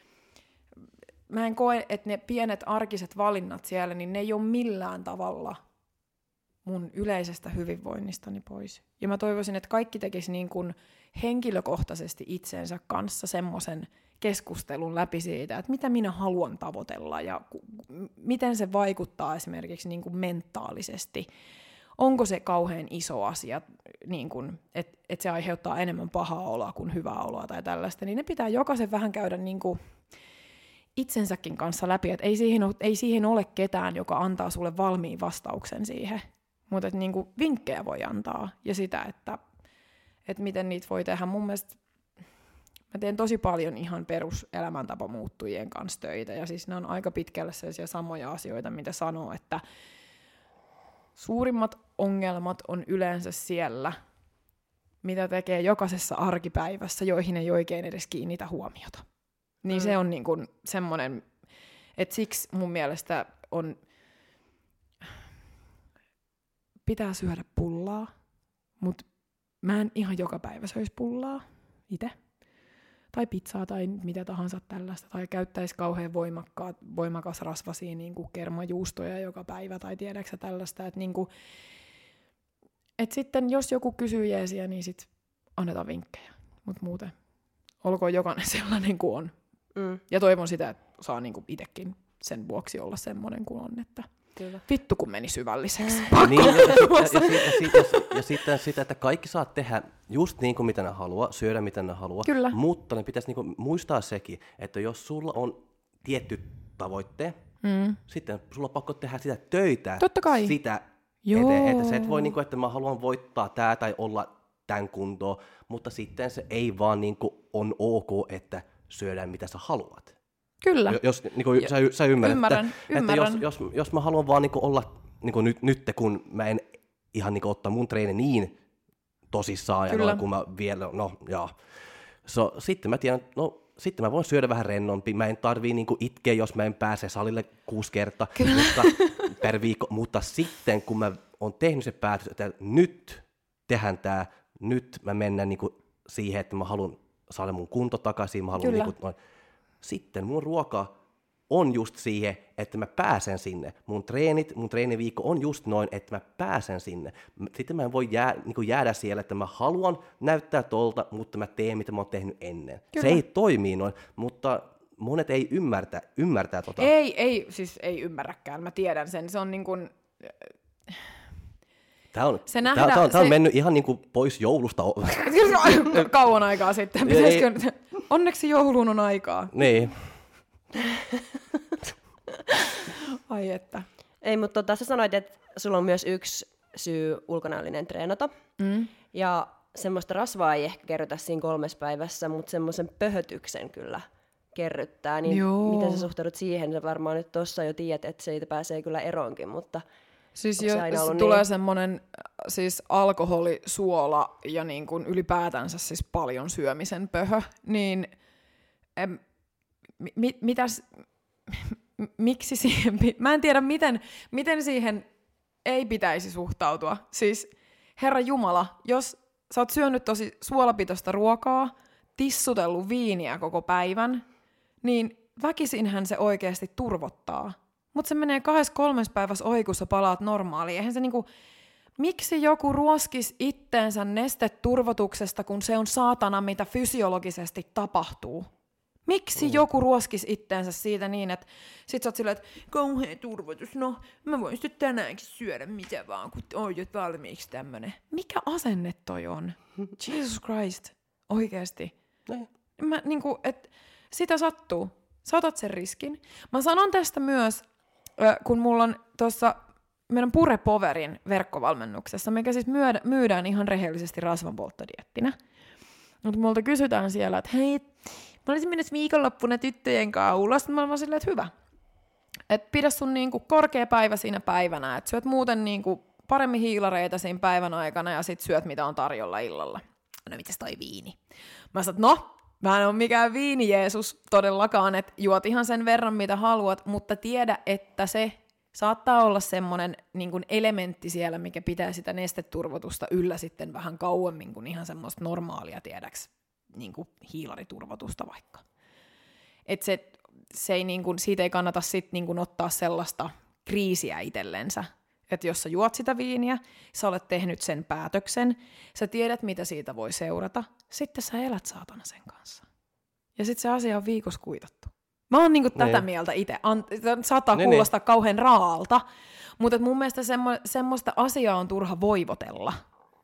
mä en koe, että ne pienet arkiset valinnat siellä, niin ne ei ole millään tavalla mun yleisestä hyvinvoinnistani pois. Ja mä toivoisin, että kaikki tekisi niin kuin henkilökohtaisesti itsensä kanssa semmoisen keskustelun läpi siitä, että mitä minä haluan tavoitella ja ku- miten se vaikuttaa esimerkiksi niin kuin mentaalisesti. Onko se kauhean iso asia, niin kuin, että, että se aiheuttaa enemmän pahaa oloa kuin hyvää oloa tai tällaista, niin ne pitää jokaisen vähän käydä niin kuin itsensäkin kanssa läpi, että ei siihen ole, ei siihen ole ketään, joka antaa sulle valmiin vastauksen siihen. Mutta niinku vinkkejä voi antaa ja sitä, että et miten niitä voi tehdä. Mun mielestä mä teen tosi paljon ihan peruselämäntapamuuttujien kanssa töitä, ja siis ne on aika pitkälle sellaisia samoja asioita, mitä sanoo, että suurimmat ongelmat on yleensä siellä, mitä tekee jokaisessa arkipäivässä, joihin ei oikein edes kiinnitä huomiota. Niin mm. se on niinku semmoinen, että siksi mun mielestä on... Pitää syödä pullaa, mutta mä en ihan joka päivä söisi pullaa itse. Tai pizzaa tai mitä tahansa tällaista. Tai käyttäisi kauhean voimakkaat, voimakas rasvasia niin kuin kermajuustoja joka päivä tai tiedäksä tällaista. Että niin kuin, et sitten jos joku kysyy jeesiä, niin sit annetaan vinkkejä. Mutta muuten olkoon jokainen sellainen kuin on. Mm. Ja toivon sitä, että saa niin kuin itsekin sen vuoksi olla semmoinen kuin on, että kyllä. Vittu kun meni syvälliseksi. Niin, ja, ja, ja, ja, ja, ja sitten sitä, että kaikki saa tehdä just niin kuin mitä ne haluaa, syödä mitä ne haluaa, kyllä. Mutta ne pitäisi niinku muistaa sekin, että jos sulla on tietty tavoitte, mm. sitten sulla on pakko tehdä sitä töitä sitä Joo. eteen, että sä et voi, niinku, että mä haluan voittaa tää tai olla tämän kuntoon, mutta sitten se ei vaan niinku on ok, että syödään mitä sä haluat. Kyllä. Jos niin kuin, sä, sä ymmärrät, ymmärrän, että, ymmärrän. että jos, jos, jos mä haluan vaan niin kuin olla niin kuin nyt, nyt, kun mä en ihan niin kuin ottaa mun treeni niin tosissaan, ja noin, kun mä vielä, no joo. So, sitten mä tiedän, no sitten mä voin syödä vähän rennompi, mä en tarvii niin kuin itkeä, jos mä en pääse salille kuusi kertaa mutta, per viikko, mutta sitten kun mä oon tehnyt se päätös, että nyt tehdään tää, nyt mä mennään niin kuin siihen, että mä haluan saada mun kunto takaisin, mä haluan niin kuin, noin, sitten mun ruoka on just siihen, että mä pääsen sinne. Mun treenit, mun treeniviikko on just noin, että mä pääsen sinne. Sitten mä en voi jää, niin kuin jäädä siellä, että mä haluan näyttää tolta, mutta mä teen, mitä mä oon tehnyt ennen. Kyllä. Se ei toimi noin, mutta monet ei ymmärtä, ymmärtää tota. Ei, ei, siis ei ymmärräkään, mä tiedän sen. Se on niin kuin... Tämä on, se nähdä, tää, tää on, tää on se... mennyt ihan niin kuin pois joulusta. Kauan aikaa sitten. Pitäisikö... Onneksi jouluun on aikaa. Niin. Ai että. Ei, mutta tota, sä sanoit, että sulla on myös yksi syy ulkonäöllinen treenata. Mm. Ja semmoista rasvaa ei ehkä kerrytä siinä kolmessa päivässä, mutta semmoisen pöhötyksen kyllä kerryttää. Niin Joo. miten sä suhtaudut siihen? Sä varmaan nyt tuossa jo tiedät, että siitä pääsee kyllä eroonkin, mutta siis onko se jo, aina ollut tulee niin? semmoinen siis alkoholi, suola ja niin kuin ylipäätänsä siis paljon syömisen pöhö, niin em, mi, mitäs, miksi siihen, mä en tiedä miten, miten siihen ei pitäisi suhtautua. Siis Herra Jumala, jos sä oot syönyt tosi suolapitoista ruokaa, tissutellut viiniä koko päivän, niin väkisinhän se oikeasti turvottaa. Mutta se menee kahdessa kolmes päivässä ohi, kun sä palaat normaaliin. Eihän se niinku, miksi joku ruoskis itteensä nesteturvotuksesta, kun se on saatana, mitä fysiologisesti tapahtuu? Miksi mm. joku ruoskis itteensä siitä niin, että sit sä oot silleen, että kauhea turvotus, no mä voin sitten tänäänkin syödä mitä vaan, kun on jo valmiiksi tämmönen. Mikä asenne toi on? Jesus Christ, oikeesti. Mä niinku, et sitä sattuu. Sä otat sen riskin. Mä sanon tästä myös, kun mulla on tuossa meidän Pure Powerin verkkovalmennuksessa, mikä siis myydä, myydään ihan rehellisesti rasvanpolttodiettinä. Mutta multa kysytään siellä, että hei, mä olisin mennä viikonloppuna tyttöjen kanssa ulos. Mä olen silleen, että hyvä. Et pidä sun niinku korkea päivä siinä päivänä. Et syöt muuten niinku paremmin hiilareita siinä päivän aikana ja sit syöt mitä on tarjolla illalla. No mitäs toi viini? Mä sanoin, no, mä en ole mikään viini Jeesus todellakaan, että juot ihan sen verran mitä haluat, mutta tiedä, että se saattaa olla semmoinen niin kuin elementti siellä, mikä pitää sitä nesteturvotusta yllä sitten vähän kauemmin kuin ihan semmoista normaalia, tiedäks, niin kuin hiilariturvotusta vaikka. Että se, se ei, niin kuin, siitä ei kannata sit niin kuin ottaa sellaista kriisiä itsellensä, että jos sä juot sitä viiniä, sä olet tehnyt sen päätöksen, sä tiedät mitä siitä voi seurata, sitten sä elät saatana sen kanssa. Ja sitten se asia on viikossa kuitattu. Mä oon niinku tätä niin. mieltä itse. Saattaa niin, kuulostaa niin. kauhean raalta, mutta mun mielestä semmo- semmoista asiaa on turha voivotella.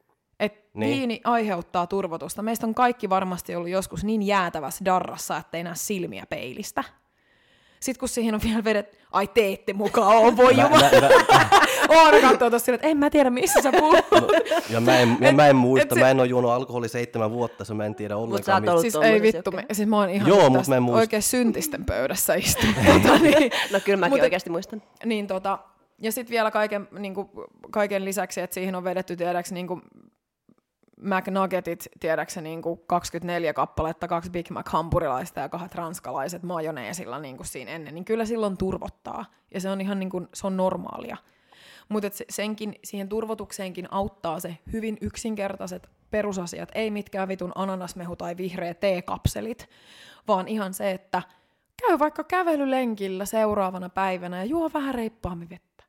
Et niin. Viini aiheuttaa turvotusta. Meistä on kaikki varmasti ollut joskus niin jäätävässä darrassa, ettei näe silmiä peilistä. Sitten kun siihen on vielä vedet, ai teette mukaan, oo voi jumala. Oona katsoo tossa silleen, että en mä tiedä missä sä puhut. No, ja mä en, ja mä en muista, se... mä en ole juonut alkoholi seitsemän vuotta, se mä en tiedä ollenkaan. Mut siis ei vittu, me, siis mä oon ihan Joo, mut mä en muista. oikein syntisten pöydässä istunut. niin, no kyllä mäkin mut, oikeasti muistan. Niin tota, ja sitten vielä kaiken, niinku, kaiken lisäksi, että siihen on vedetty tiedäks niinku McNuggetit, tiedäksä, niin kuin kaksikymmentäneljä kappaletta, kaksi Big Mac-hampurilaista ja kahdet ranskalaiset majoneesilla niin kuin siinä ennen, niin kyllä silloin turvottaa. Ja se on ihan niin kuin, se on normaalia. Mutta se, senkin, siihen turvotukseenkin auttaa se hyvin yksinkertaiset perusasiat, ei mitkään vitun ananasmehu tai vihreä teekapselit, vaan ihan se, että käy vaikka kävelylenkillä seuraavana päivänä ja juo vähän reippaammin vettä.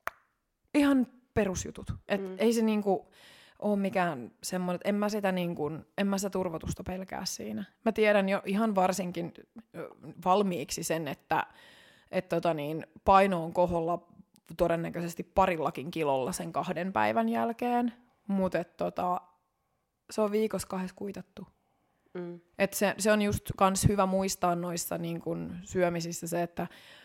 Ihan perusjutut. Et mm. ei se niinku ole mikään semmoinen, että en mä sitä, niin kuin, en mä sitä turvotusta pelkää siinä. Mä tiedän jo ihan varsinkin valmiiksi sen, että et tota niin, paino on koholla todennäköisesti parillakin kilolla sen kahden päivän jälkeen, mutta tota, se on viikossa kahdessa kuitattu. Mm. Et se, se on just kans hyvä muistaa noissa niin kun syömisissä se, että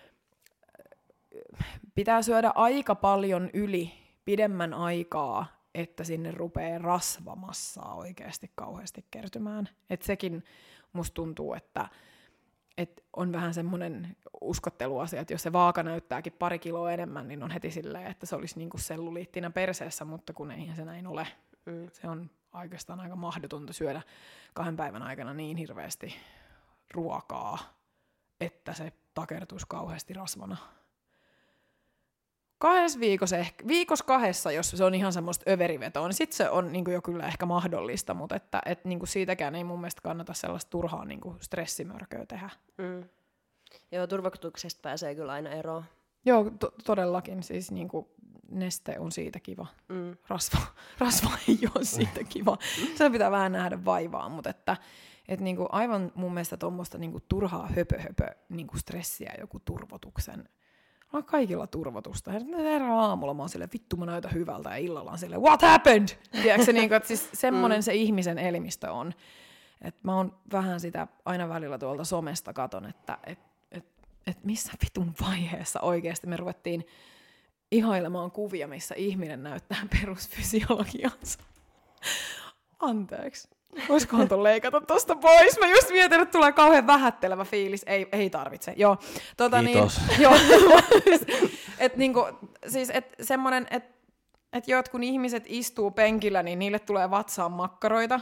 pitää syödä aika paljon yli pidemmän aikaa, että sinne rupeaa rasvamassaa oikeasti kauheasti kertymään. Et sekin musta tuntuu, että et on vähän semmoinen uskotteluasia, että jos se vaaka näyttääkin pari kiloa enemmän, niin on heti silleen, että se olisi niinku selluliittina perseessä, mutta kun eihän se näin ole. Mm. Se on oikeastaan aika mahdotonta syödä kahden päivän aikana niin hirveästi ruokaa, että se takertuisi kauheasti rasvana. Kahdessa viikossa, ehkä, viikossa kahdessa, jos se on ihan semmoista överivetoa, niin sitten se on niin kuin jo kyllä ehkä mahdollista, mutta että, et, niin kuin siitäkään ei mun mielestä kannata sellaista turhaa niin kuin stressimörköä tehdä. Mm. Joo, turvotuksesta pääsee kyllä aina eroon. Joo, to- todellakin. Siis niin kuin neste on siitä kiva. Mm. Rasva, rasva ei ole siitä kiva. Se pitää vähän nähdä vaivaa, mutta että et niin kuin aivan mun mielestä tuommoista niin kuin turhaa höpö, höpö niin kuin stressiä joku turvotuksen. On kaikilla turvotusta. Herran aamulla mä oon silleen, vittu mä näytän hyvältä, ja illalla on silleen, what happened? Tiedätkö se, niin kuin, että siis semmoinen mm. se ihmisen elimistö on. Et mä oon vähän sitä aina välillä tuolta somesta katon, että et, et, et missä vitun vaiheessa oikeasti me ruvettiin ihailemaan kuvia, missä ihminen näyttää perusfysiologiansa. Anteeksi. Voisikohan ton leikata tosta pois? Mä just mietin, että tulee kauhean vähättelevä fiilis. Ei, ei tarvitse. Joo. Tota, Kiitos. Niin, joo. et niinku, siis et semmonen, että et joo, et kun ihmiset istuu penkillä, niin niille tulee vatsaan makkaroita.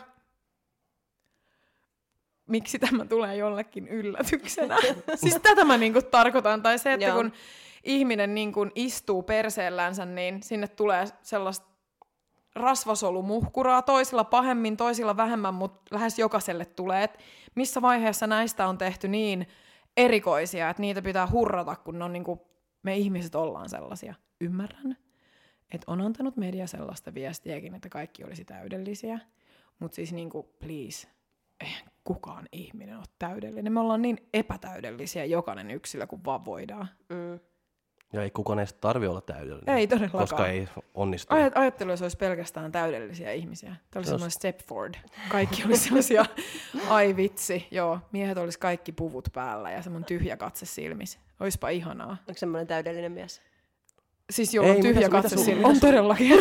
Miksi tämä tulee jollekin yllätyksenä? Siis tätä mä niinku tarkoitan. Tai se, että joo. kun ihminen niinku istuu perseellänsä, niin sinne tulee sellaista rasvasolumuhkuraa, toisilla pahemmin, toisilla vähemmän, mutta lähes jokaiselle tulee. Et missä vaiheessa näistä on tehty niin erikoisia, että niitä pitää hurrata, kun ne on niinku, me ihmiset ollaan sellaisia. Ymmärrän, että on antanut media sellaista viestiäkin, että kaikki olisi täydellisiä, mutta siis niinku, please, eihän kukaan ihminen ole täydellinen. Me ollaan niin epätäydellisiä jokainen yksilö, kun vaan voidaan. Mm. Ja ei kukaan edes tarvi olla täydellinen. Ei todellakaan. Koska ei onnistu. Aj- ajattelu, jos olisi pelkästään täydellisiä ihmisiä. Tämä oli semmoinen Stepford. Kaikki olisi sellaisia, ai vitsi, joo, miehet olisi kaikki puvut päällä ja semmoinen tyhjä katse silmissä. Oispa ihanaa. Onko semmoinen täydellinen mies? Siis joo, ei, tyhjä mitä, katse mitä silmissä. On todellakin.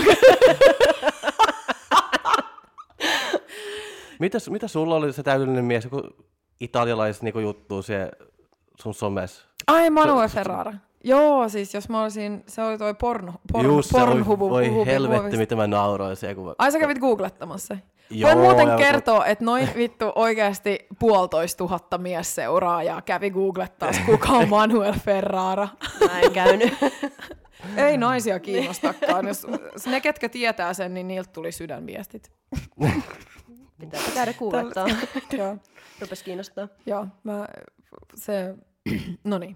Mitäs, mitä sulla oli se täydellinen mies, joku italialaiset niinku juttu siellä sun somessa? Ai, Manuel Ferrara. Joo, siis jos mä olisin, se oli toi porno, porn, Just pornhubu. se, voi, voi helvetti, huovista. mitä mä nauroin siellä. Kun... Ai sä kävit googlettamassa. Joo, Voin muuten ja... kertoa, että noin vittu oikeasti puolitoista tuhatta mies seuraajaa kävi googlettaa, kuka on Manuel Ferrara. Mä en käynyt. Ei naisia kiinnostakaan. Jos ne, ketkä tietää sen, niin niiltä tuli sydänviestit. Pitää käydä googlettaa. Joo. Rupes kiinnostaa. Joo, mä, se, no niin.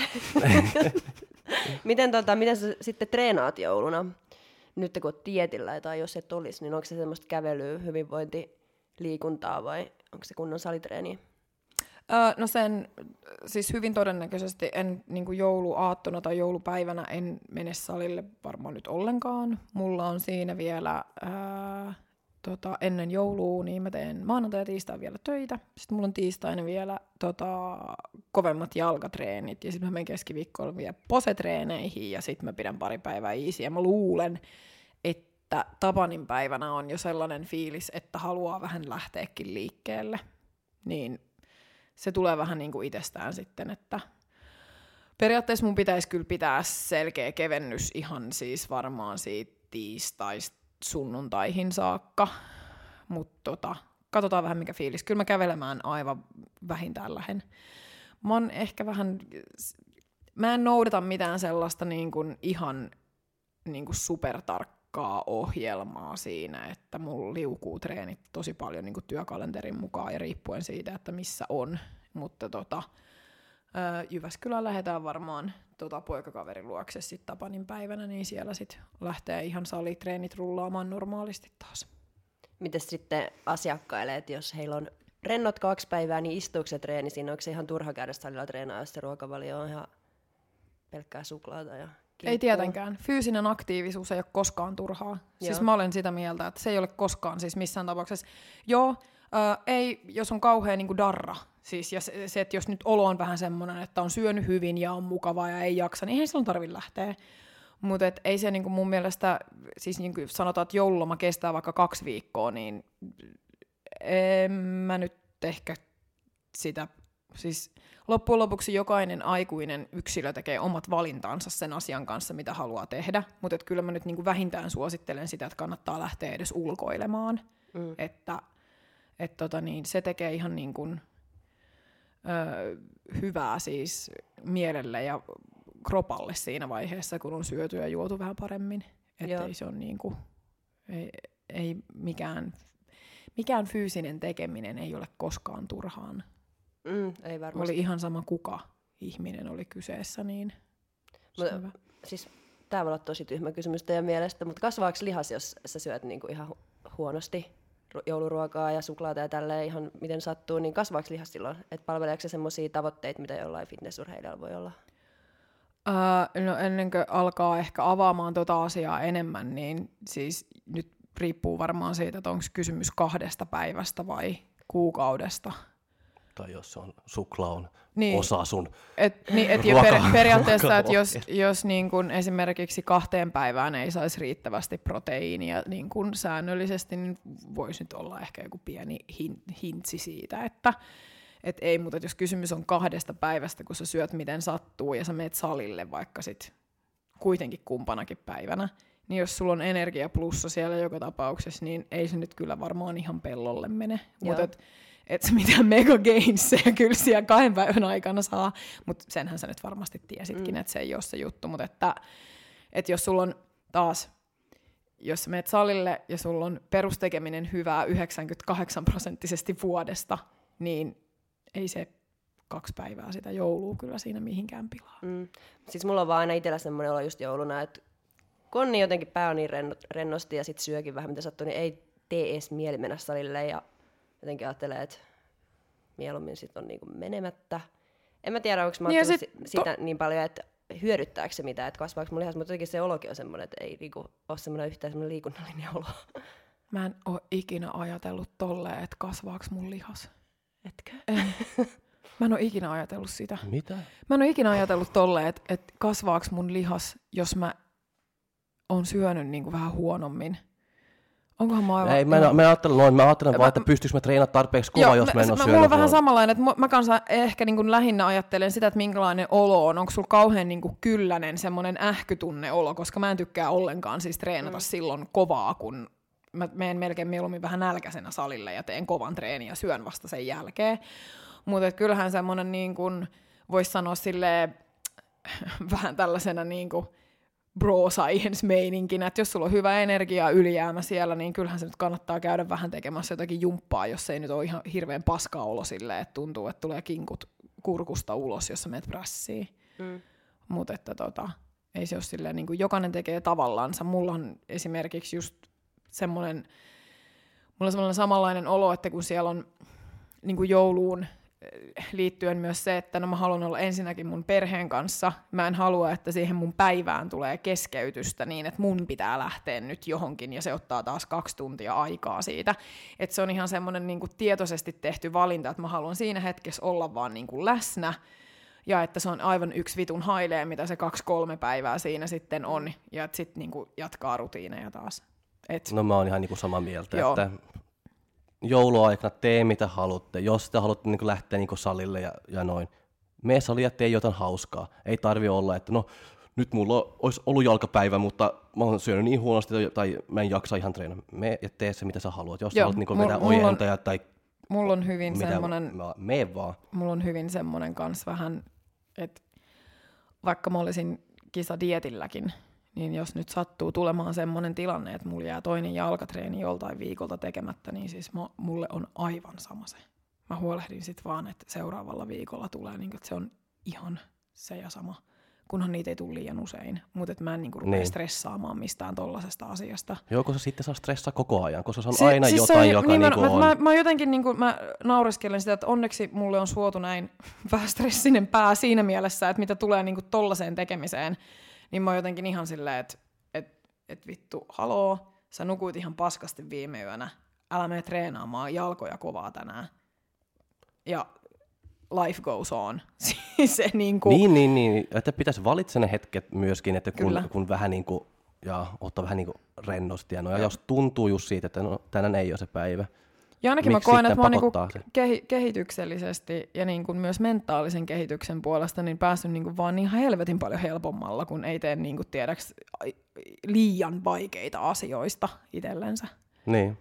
Miten, tota, miten sä sitten treenaat jouluna? Nyt kun oot dietillä tai jos et olisi, niin onko se semmoista kävelyä, hyvinvointiliikuntaa vai onko se kunnon salitreeniä? Öö, no sen, siis hyvin todennäköisesti en niin kuin jouluaattona tai joulupäivänä en mene salille varmaan nyt ollenkaan. Mulla on siinä vielä ää, tota, ennen joulua, niin mä teen maanantai ja tiistai vielä töitä. Sitten mulla on tiistaina vielä tota, kovemmat jalkatreenit ja sitten mä menen keskiviikkoilla vielä posetreeneihin ja sitten mä pidän pari päivää easy. Ja mä luulen, että Tapanin päivänä on jo sellainen fiilis, että haluaa vähän lähteäkin liikkeelle. Niin se tulee vähän niin kuin itsestään sitten, että periaatteessa mun pitäisi kyllä pitää selkeä kevennys ihan siis varmaan siitä tiistaista sunnuntaihin saakka, mutta tota, katsotaan vähän mikä fiilis. Kyllä mä kävelemään aivan vähintään lähen. Mä oon ehkä vähän, mä en noudata mitään sellaista niin kuin ihan niin kuin supertarkkaa ohjelmaa siinä, että mulla liukuu treenit tosi paljon niin kuin työkalenterin mukaan ja riippuen siitä, että missä on. Mutta tota, Jyväskylään lähdetään varmaan tota, poikakaverin luokse sit Tapanin päivänä, niin siellä sit lähtee ihan salitreenit rullaamaan normaalisti taas. Mites sitten asiakkaille, että jos heillä on rennot kaksi päivää, niin istuuko se treeni siinä? Onko se ihan turha käydä salilla treenaa, jos se ruokavalio on ihan pelkkää suklaata ja kinkkua? Ei tietenkään. Fyysinen aktiivisuus ei ole koskaan turhaa. Joo. Siis mä olen sitä mieltä, että se ei ole koskaan siis missään tapauksessa. Joo, äh, ei, jos on kauhean niin kuin darra. Siis, ja se, se, että jos nyt olo on vähän semmoinen, että on syönyt hyvin ja on mukavaa ja ei jaksa, niin ei silloin tarvitse lähteä. Mutta ei se niin kuin mun mielestä, siis niin kuin sanotaan, että joululoma kestää vaikka kaksi viikkoa, niin en mä nyt ehkä sitä, siis loppujen lopuksi jokainen aikuinen yksilö tekee omat valintansa sen asian kanssa, mitä haluaa tehdä, mutta kyllä mä nyt niin kuin vähintään suosittelen sitä, että kannattaa lähteä edes ulkoilemaan, mm. että et tota niin, se tekee ihan niin kuin, ö, hyvää siis mielelle ja kropalle siinä vaiheessa, kun on syöty ja juotu vähän paremmin. Että ei se on niin kuin, ei, ei mikään, mikään fyysinen tekeminen ei ole koskaan turhaan. Mm, ei varmasti. Oli ihan sama kuka ihminen oli kyseessä, niin se on hyvä. Siis, tämä voi olla tosi tyhmä kysymys teidän mielestä, mutta kasvaako lihas, jos sä syöt niinku ihan hu- huonosti jouluruokaa ja suklaata ja tälleen ihan miten sattuu, niin kasvaako lihas silloin? Et palveleeko se semmoisia tavoitteita, mitä jollain fitnessurheilijalla voi olla? Uh, no ennen kuin alkaa ehkä avaamaan tuota asiaa enemmän, niin siis nyt riippuu varmaan siitä, että onko kysymys kahdesta päivästä vai kuukaudesta. Tai jos se on suklaa on niin. osa sun et, niin, et ruoka- per, periaatteessa, että jos, ruokalohkea. jos niin kun esimerkiksi kahteen päivään ei saisi riittävästi proteiinia niin kun säännöllisesti, niin voisi nyt olla ehkä joku pieni hin, hintsi siitä, että et ei, mutta jos kysymys on kahdesta päivästä, kun sä syöt miten sattuu ja sä meet salille vaikka sit kuitenkin kumpanakin päivänä, niin jos sulla on energia plussa siellä joka tapauksessa, niin ei se nyt kyllä varmaan ihan pellolle mene. Mutta et, et sä mitään mega gainsseja kyllä siellä kahden päivän aikana saa, mutta senhän sä nyt varmasti tiesitkin, mm. että se ei ole se juttu. Mutta että, että jos sulla on taas, jos sä meet salille ja sulla on perustekeminen hyvää yhdeksänkymmentäkahdeksan prosenttisesti vuodesta, niin ei se kaksi päivää sitä joulua kyllä siinä mihinkään pilaa. Mm. Siis mulla on vaan aina itsellä semmoinen olo just jouluna, että kun jotenkin pää on niin rennosti ja sit syökin vähän mitä sattuu, niin ei tee edes mieli mennä salille ja jotenkin ajattelee, että mieluummin sit on niinku menemättä. En mä tiedä, onko mä niin sit sitä to- niin paljon, että hyödyttääkö se mitään, että kasvaako mun lihas, mutta jotenkin se olokin on semmoinen, että ei niinku ole semmoinen yhtään semmoinen liikunnallinen olo. Mä en oo ikinä ajatellut tolleen, että kasvaako mun lihas. Etkö? En. Mä en oo ikinä ajatellut sitä. Mitä? Mä en oo ikinä ajatellut tolleen, että, että kasvaako mun lihas, jos mä oon syönyt niinku vähän huonommin. Onkohan mä aivan... Ei, mä, en, mä ajattelen noin. Mä ajattelen mä, vaan, että pystyykö mä treenaamaan tarpeeksi kova, jos mä en oo syönyt. Mulla on vähän samanlainen, että mä kanssa ehkä niin kuin lähinnä ajattelen sitä, että minkälainen olo on. Onko sulla kauhean niin kuin kylläinen semmoinen ähkytunneolo, koska mä en tykkää ollenkaan siis treenata mm. silloin kovaa, kun mä menen melkein mieluummin vähän nälkäisenä salille ja teen kovan treenin ja syön vasta sen jälkeen. Mutta kyllähän semmoinen, niin kuin, voisi sanoa silleen, vähän tällaisena niin kuin bro science-meininkinä, että jos sulla on hyvä energia ylijäämä siellä, niin kyllähän se nyt kannattaa käydä vähän tekemässä jotakin jumppaa, jos ei nyt ole ihan hirveän paska olo silleen, että tuntuu, että tulee kinkut kurkusta ulos, jos sä menet prässiin. Mm. Mutta että tota, ei se ole silleen, niin kuin jokainen tekee tavallaansa. Mulla on esimerkiksi just semmoinen, mulla on semmoinen samanlainen olo, että kun siellä on niin kuin jouluun liittyen myös se, että no mä haluan olla ensinnäkin mun perheen kanssa. Mä en halua, että siihen mun päivään tulee keskeytystä niin, että mun pitää lähteä nyt johonkin ja se ottaa taas kaksi tuntia aikaa siitä. Että se on ihan semmoinen niin kuin tietoisesti tehty valinta, että mä haluan siinä hetkessä olla vaan niin kuin läsnä ja että se on aivan yksi vitun hailee, mitä se kaksi-kolme päivää siinä sitten on ja että sitten niin kuin jatkaa rutiineja taas. Et... No mä oon ihan niin kuin samaa mieltä, Joo. että jouluaikana tee mitä haluatte. Jos te haluatte niin lähteä niin salille ja, ja noin, mene salille ja tee jotain hauskaa. Ei tarvi olla, että no nyt mulla olisi ollut jalkapäivä, mutta mä oon syönyt niin huonosti tai mä en jaksa ihan treenata. Mene ja tee se mitä sä haluat. Jos Joo, sä haluat niin vetää ojentajaa tai mulla on hyvin mitä, semmoinen, mene vaan. Mulla on hyvin semmoinen kans vähän, että vaikka mä olisin kisadietilläkin, niin jos nyt sattuu tulemaan semmoinen tilanne, että mulla jää toinen jalkatreeni joltain viikolta tekemättä, niin siis mä, mulle on aivan sama se. Mä huolehdin sit vaan, että seuraavalla viikolla tulee, niin että se on ihan se ja sama, kunhan niitä ei tule liian usein. Mutta mä en niin rupea niin. stressaamaan mistään tollasesta asiasta. Joo, koska sitten saa stressaa koko ajan, koska se on si- aina siis jotain, se, joka niin niinku mä, on... Mä, mä jotenkin niinku, mä naureskelen sitä, että onneksi mulle on suotu näin vähän stressinen pää siinä mielessä, että mitä tulee niinku tollaseen tekemiseen, niin mä oon jotenkin ihan silleen, että et, et vittu, haloo, sä nukuit ihan paskasti viime yönä, älä mene treenaamaan jalkoja kovaa tänään. Ja life goes on. se niinku... Niin, niin, niin, että pitäisi valita ne hetket myöskin, että kun, kun vähän niinku, ja ottaa vähän niinku rennosti. Ja, no, ja jos tuntuu just siitä, että no, tänään ei ole se päivä. Ja ainakin Miksi mä koen, että mä oon niinku kehi- kehityksellisesti ja niinku myös mentaalisen kehityksen puolesta niin päässyt niinku vaan ihan helvetin paljon helpommalla, kun ei tee niinku tiedäks liian vaikeita asioista itsellensä. Niin.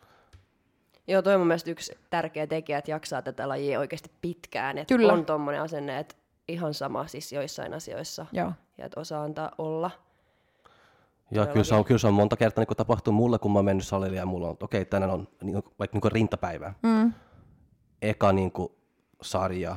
Joo, toi on mun mielestä yksi tärkeä tekijä, että jaksaa tätä lajia oikeasti pitkään. Että Kyllä. on tommonen asenne, että ihan sama siis joissain asioissa. Joo. Ja että osaa antaa olla. Joo, kyllä se, on, kyllä se on monta kertaa niin tapahtunut mulle, kun mä oon mennyt salille ja mulla on, okei, okay, tänään on niin kuin, vaikka niin kuin rintapäivä. Mm. Eka niin kuin, sarja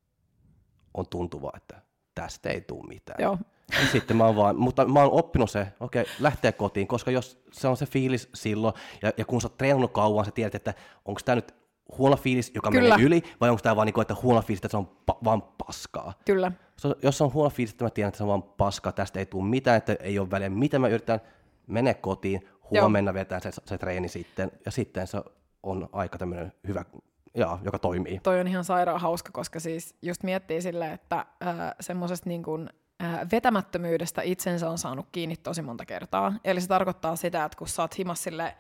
on tuntuva, että tästä ei tule mitään. Joo. Ja sitten mä oon vaan, mutta mä oon oppinut se, okei, okay, lähteä kotiin, koska jos se on se fiilis silloin, ja, ja kun sä oot treenannut kauan, sä tiedät, että onko tää nyt huono fiilis, joka Kyllä. menee yli, vai onko tää vaan niin kuin, että huono fiilis, että se on pa- vaan paskaa. Kyllä. So, jos se on huono fiilis, että mä tiedän, että se on vaan paskaa, tästä ei tule mitään, että ei ole väliä, mitä mä yritän, mene kotiin, huomenna Joo. vetää se, se treeni sitten, ja sitten se on aika tämmöinen hyvä Jaa, joka toimii. Toi on ihan sairaan hauska, koska siis just miettii silleen, että äh, semmoisesta niin kuin äh, vetämättömyydestä itsensä on saanut kiinni tosi monta kertaa. Eli se tarkoittaa sitä, että kun sä oot himas silleen,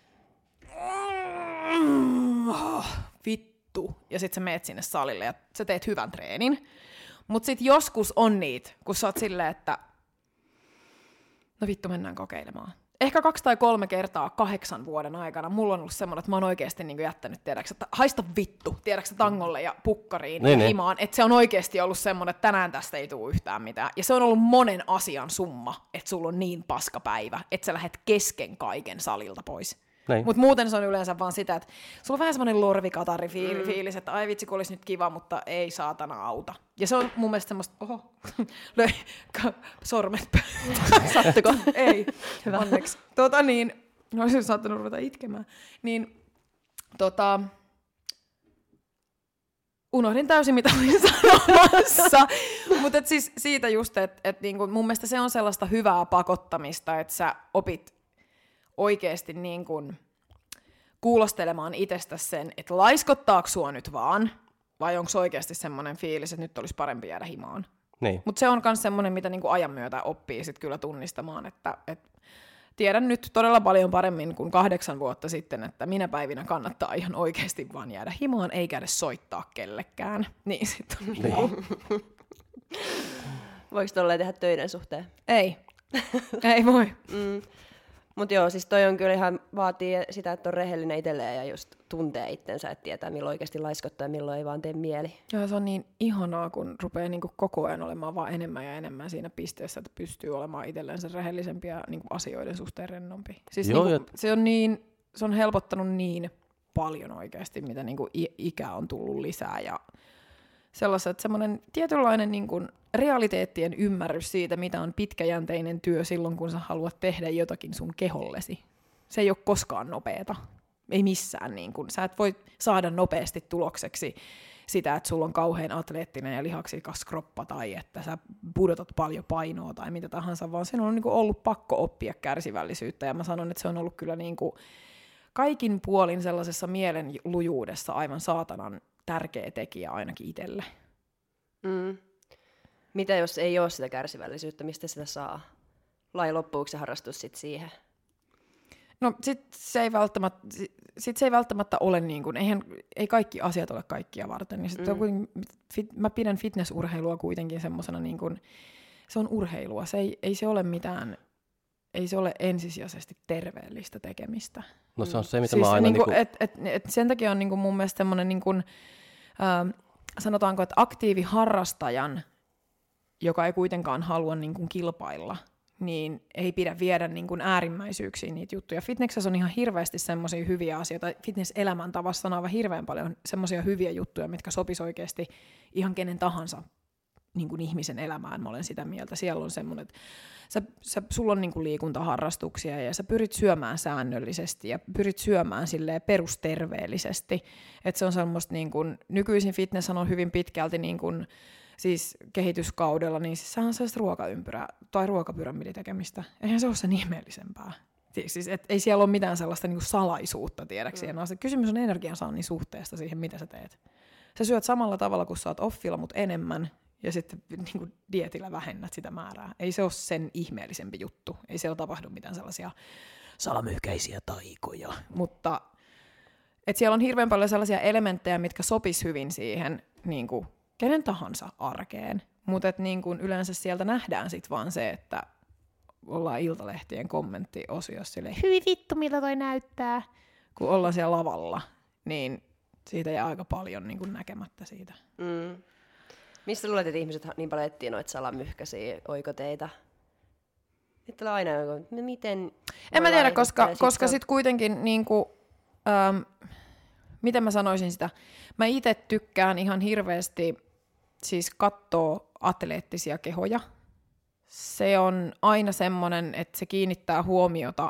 vittu, ja sit sä meet sinne salille ja sä teet hyvän treenin. Mut sit joskus on niitä, kun sä oot silleen, että no vittu, mennään kokeilemaan. Ehkä kaksi tai kolme kertaa kahdeksan vuoden aikana mulla on ollut semmoinen, että mä oon oikeasti niin jättänyt, tiedätkö, että haista vittu, tiedätkö, tangolle ja pukkariin niin, ja niin. himaan. Että se on oikeasti ollut semmoinen, että tänään tästä ei tule yhtään mitään. Ja se on ollut monen asian summa, että sulla on niin paska päivä, että sä lähdet kesken kaiken salilta pois. Mutta muuten se on yleensä vaan sitä, että sulla on vähän semmoinen lorvikatari fiil- fiilis, että ai vitsi, kun olisi nyt kiva, mutta ei saatana auta. Ja se on mun mielestä semmoista, oho, löi sormet pöytään. Sattuko? Ei, hyvä. Onneksi. Tota niin, olisin saattanut ruveta itkemään. Niin, tota, unohdin täysin, mitä olin sanomassa. Mutta siis siitä just, että et niinku, mun mielestä se on sellaista hyvää pakottamista, että sä opit oikeasti niin kuin kuulostelemaan itsestäsi sen, että laiskottaako sua nyt vaan, vai onko oikeasti semmoinen fiilis, että nyt olisi parempi jäädä himaan. Niin. Mutta se on myös semmoinen, mitä niinku ajan myötä oppii sit kyllä tunnistamaan, että et tiedän nyt todella paljon paremmin kuin kahdeksan vuotta sitten, että minä päivinä kannattaa ihan oikeasti vaan jäädä himaan, eikä edes soittaa kellekään. Niin sit on niin. Voiko tolleen tehdä töiden suhteen? Ei. Ei voi. Mm. Mutta joo, siis toi on kyllä ihan vaatii sitä, että on rehellinen itselleen ja just tuntee itsensä, että tietää milloin oikeasti laiskottaa ja milloin ei vaan tee mieli. Joo, se on niin ihanaa, kun rupeaa niinku koko ajan olemaan vaan enemmän ja enemmän siinä pisteessä, että pystyy olemaan itselleen sen rehellisempi ja niinku asioiden suhteen rennompi. Siis joo, niinku, ja... se, on niin, se on helpottanut niin paljon oikeasti, mitä niinku ikä on tullut lisää ja sellaiset semmoinen tietynlainen niin kuin realiteettien ymmärrys siitä, mitä on pitkäjänteinen työ silloin, kun sä haluat tehdä jotakin sun kehollesi. Se ei ole koskaan nopeeta. Ei missään. Niin kuin. Sä et voi saada nopeasti tulokseksi sitä, että sulla on kauhean atleettinen ja lihaksikas kroppa tai että sä pudotat paljon painoa tai mitä tahansa, vaan sen on niin kuin ollut pakko oppia kärsivällisyyttä. Ja mä sanon, että se on ollut kyllä niin kuin kaikin puolin sellaisessa mielenlujuudessa aivan saatanan tärkeä tekijä ainakin itselle. Mm. Mitä jos ei ole sitä kärsivällisyyttä, mistä sitä saa? Lai loppuuko se harrastus sit siihen? No sit se ei välttämättä, sit se ei välttämättä ole niin kuin, eihän, ei kaikki asiat ole kaikkia varten. Niin sit mm. on, fit, mä pidän fitnessurheilua kuitenkin semmosena niin kuin, se on urheilua, se ei, ei se ole mitään, ei se ole ensisijaisesti terveellistä tekemistä. No se on se, mitä siis mä aina... Niin kuin, niin kuin... et, et, et sen takia on niin kuin mun mielestä semmoinen, niin kuin, äh, sanotaanko, että aktiiviharrastajan, joka ei kuitenkaan halua niin kuin kilpailla, niin ei pidä viedä niin kuin äärimmäisyyksiin niitä juttuja. Fitnessessä on ihan hirveästi semmoisia hyviä asioita. Fitness-elämäntavassa on aivan hirveän paljon semmoisia hyviä juttuja, mitkä sopisi oikeasti ihan kenen tahansa niin kuin ihmisen elämään. Mä olen sitä mieltä. Siellä on semmoinen, että sä, sä, sulla on niin kuin liikuntaharrastuksia ja sä pyrit syömään säännöllisesti ja pyrit syömään silleen perusterveellisesti. Että se on semmoista, niin kuin, nykyisin fitness on hyvin pitkälti niin kuin, siis kehityskaudella, niin siis sehän on sellaista ruokaympyrää tai ruokapyramiditekemistä. Eihän se ole sen ihmeellisempää. Siis, et ei siellä ole mitään sellaista niin kuin salaisuutta, tiedäkseen. Mm. Kysymys on energiansaannin suhteesta siihen, mitä sä teet. Sä syöt samalla tavalla, kun sä oot offilla, mutta enemmän, ja sitten niin kuin dietillä vähennät sitä määrää. Ei se ole sen ihmeellisempi juttu. Ei siellä tapahdu mitään sellaisia salamyhkäisiä taikoja. Mutta et siellä on hirveän paljon sellaisia elementtejä, mitkä sopis hyvin siihen niin kuin kenen tahansa arkeen. Mutta niin kuin yleensä sieltä nähdään sit vaan se, että ollaan Iltalehtien kommenttiosiossa silleen, hyi vittu, miltä toi näyttää. Kun ollaan siellä lavalla, niin siitä jää aika paljon niin kuin näkemättä siitä. Mm. Mistä luulet, että ihmiset niin paljon etsii noita salamyhkäisiä oikoteita? Sitten aina joku, miten... En mä tiedä, koska, koska sitten kuitenkin, niin kuin, ähm, miten mä sanoisin sitä, mä itse tykkään ihan hirveästi siis katsoo atleettisia kehoja. Se on aina semmoinen, että se kiinnittää huomiota.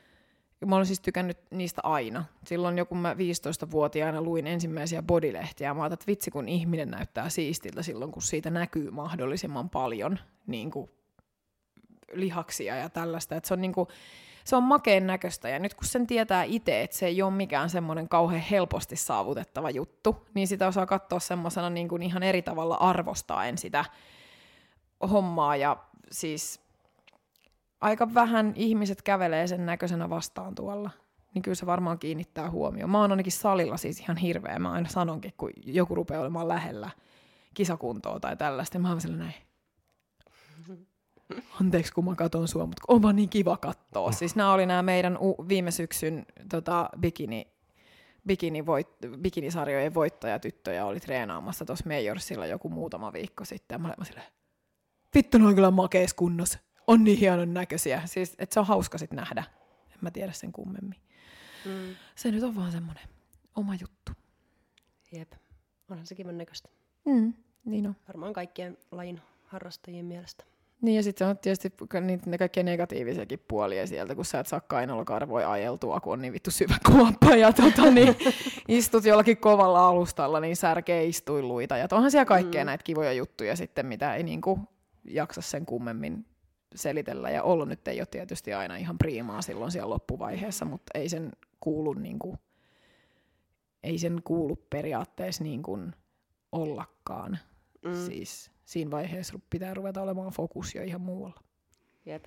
Mä olen siis tykännyt niistä aina. Silloin joku mä viisitoistavuotiaana luin ensimmäisiä bodylehtiä. Mä ajattelin, että vitsi kun ihminen näyttää siistiltä silloin, kun siitä näkyy mahdollisimman paljon niin kuin lihaksia ja tällaista. Että se on niin kuin, se on makeen näköistä. Ja nyt kun sen tietää itse, että se ei ole mikään semmoinen kauhean helposti saavutettava juttu, niin sitä osaa katsoa semmoisena niin kuin ihan eri tavalla arvostaen sitä hommaa. Ja siis aika vähän ihmiset kävelee sen näköisenä vastaan tuolla. Niin kyllä se varmaan kiinnittää huomioon. Mä oon ainakin salilla siis ihan hirveä. Mä aina sanonkin, kun joku rupeaa olemaan lähellä kisakuntoa tai tällaista. Mä oon sillä näin. Anteeksi, kun mä katon sua, mutta on vaan niin kiva katsoa. Siis nämä oli nämä meidän u- viime syksyn tota, bikini, bikini voit, bikinisarjojen voittajatyttöjä oli treenaamassa tuossa Majorsilla joku muutama viikko sitten. Ja mä olin silleen, vittu, ne on kyllä makeis kunnossa. On niin hienon näköisiä. Siis, että se on hauska sit nähdä. En mä tiedä sen kummemmin. Mm. Se nyt on vaan semmoinen oma juttu. Jep, onhan se kivan näköistä. Mm, niin on. Varmaan kaikkien lajin harrastajien mielestä. Niin ja sitten on tietysti ne kaikkia negatiivisiakin puolia sieltä, kun sä et saa kainalokarvoja ajeltua, kun on niin vittu syvä kuoppa ja tota, niin istut jollakin kovalla alustalla, niin särkee istuiluita. Ja onhan siellä kaikkea mm. näitä kivoja juttuja sitten, mitä ei niinku jaksa sen kummemmin selitellä. Ja ollut nyt ei ole tietysti aina ihan priimaa silloin siellä loppuvaiheessa, mutta ei sen kuulu, niinku, ei sen kuulu periaatteessa niin kuin ollakaan. Mm. Siis siinä vaiheessa pitää ruveta olemaan fokus jo ihan muualla. Jep.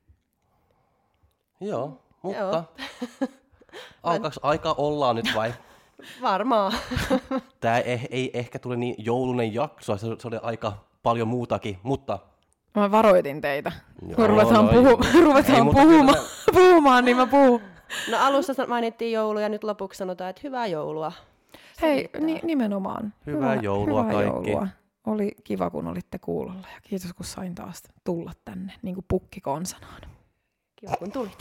Joo, mutta Joo. alkaako aika ollaan nyt vai? Varmaan. Tää ei, ei ehkä tule niin joulunen jakso, se, se oli aika paljon muutakin, mutta... Mä varoitin teitä, Joo, kun ruvetaan, no, puhu- ruvetaan puhumaan, puhumaan, niin mä puhun. No alussa mainittiin joulu ja nyt lopuksi sanotaan, että hyvää joulua. Hei, ni- nimenomaan. Hyvää hyvä, joulua hyvää kaikki. Joulua. Oli kiva, kun olitte kuulolla ja kiitos, kun sain taas tulla tänne, niin kuin pukki konsanaan. Kiva, kun tulit.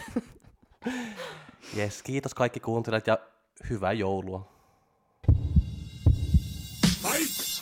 Jes, kiitos kaikki kuuntelijat ja hyvää joulua. Fight!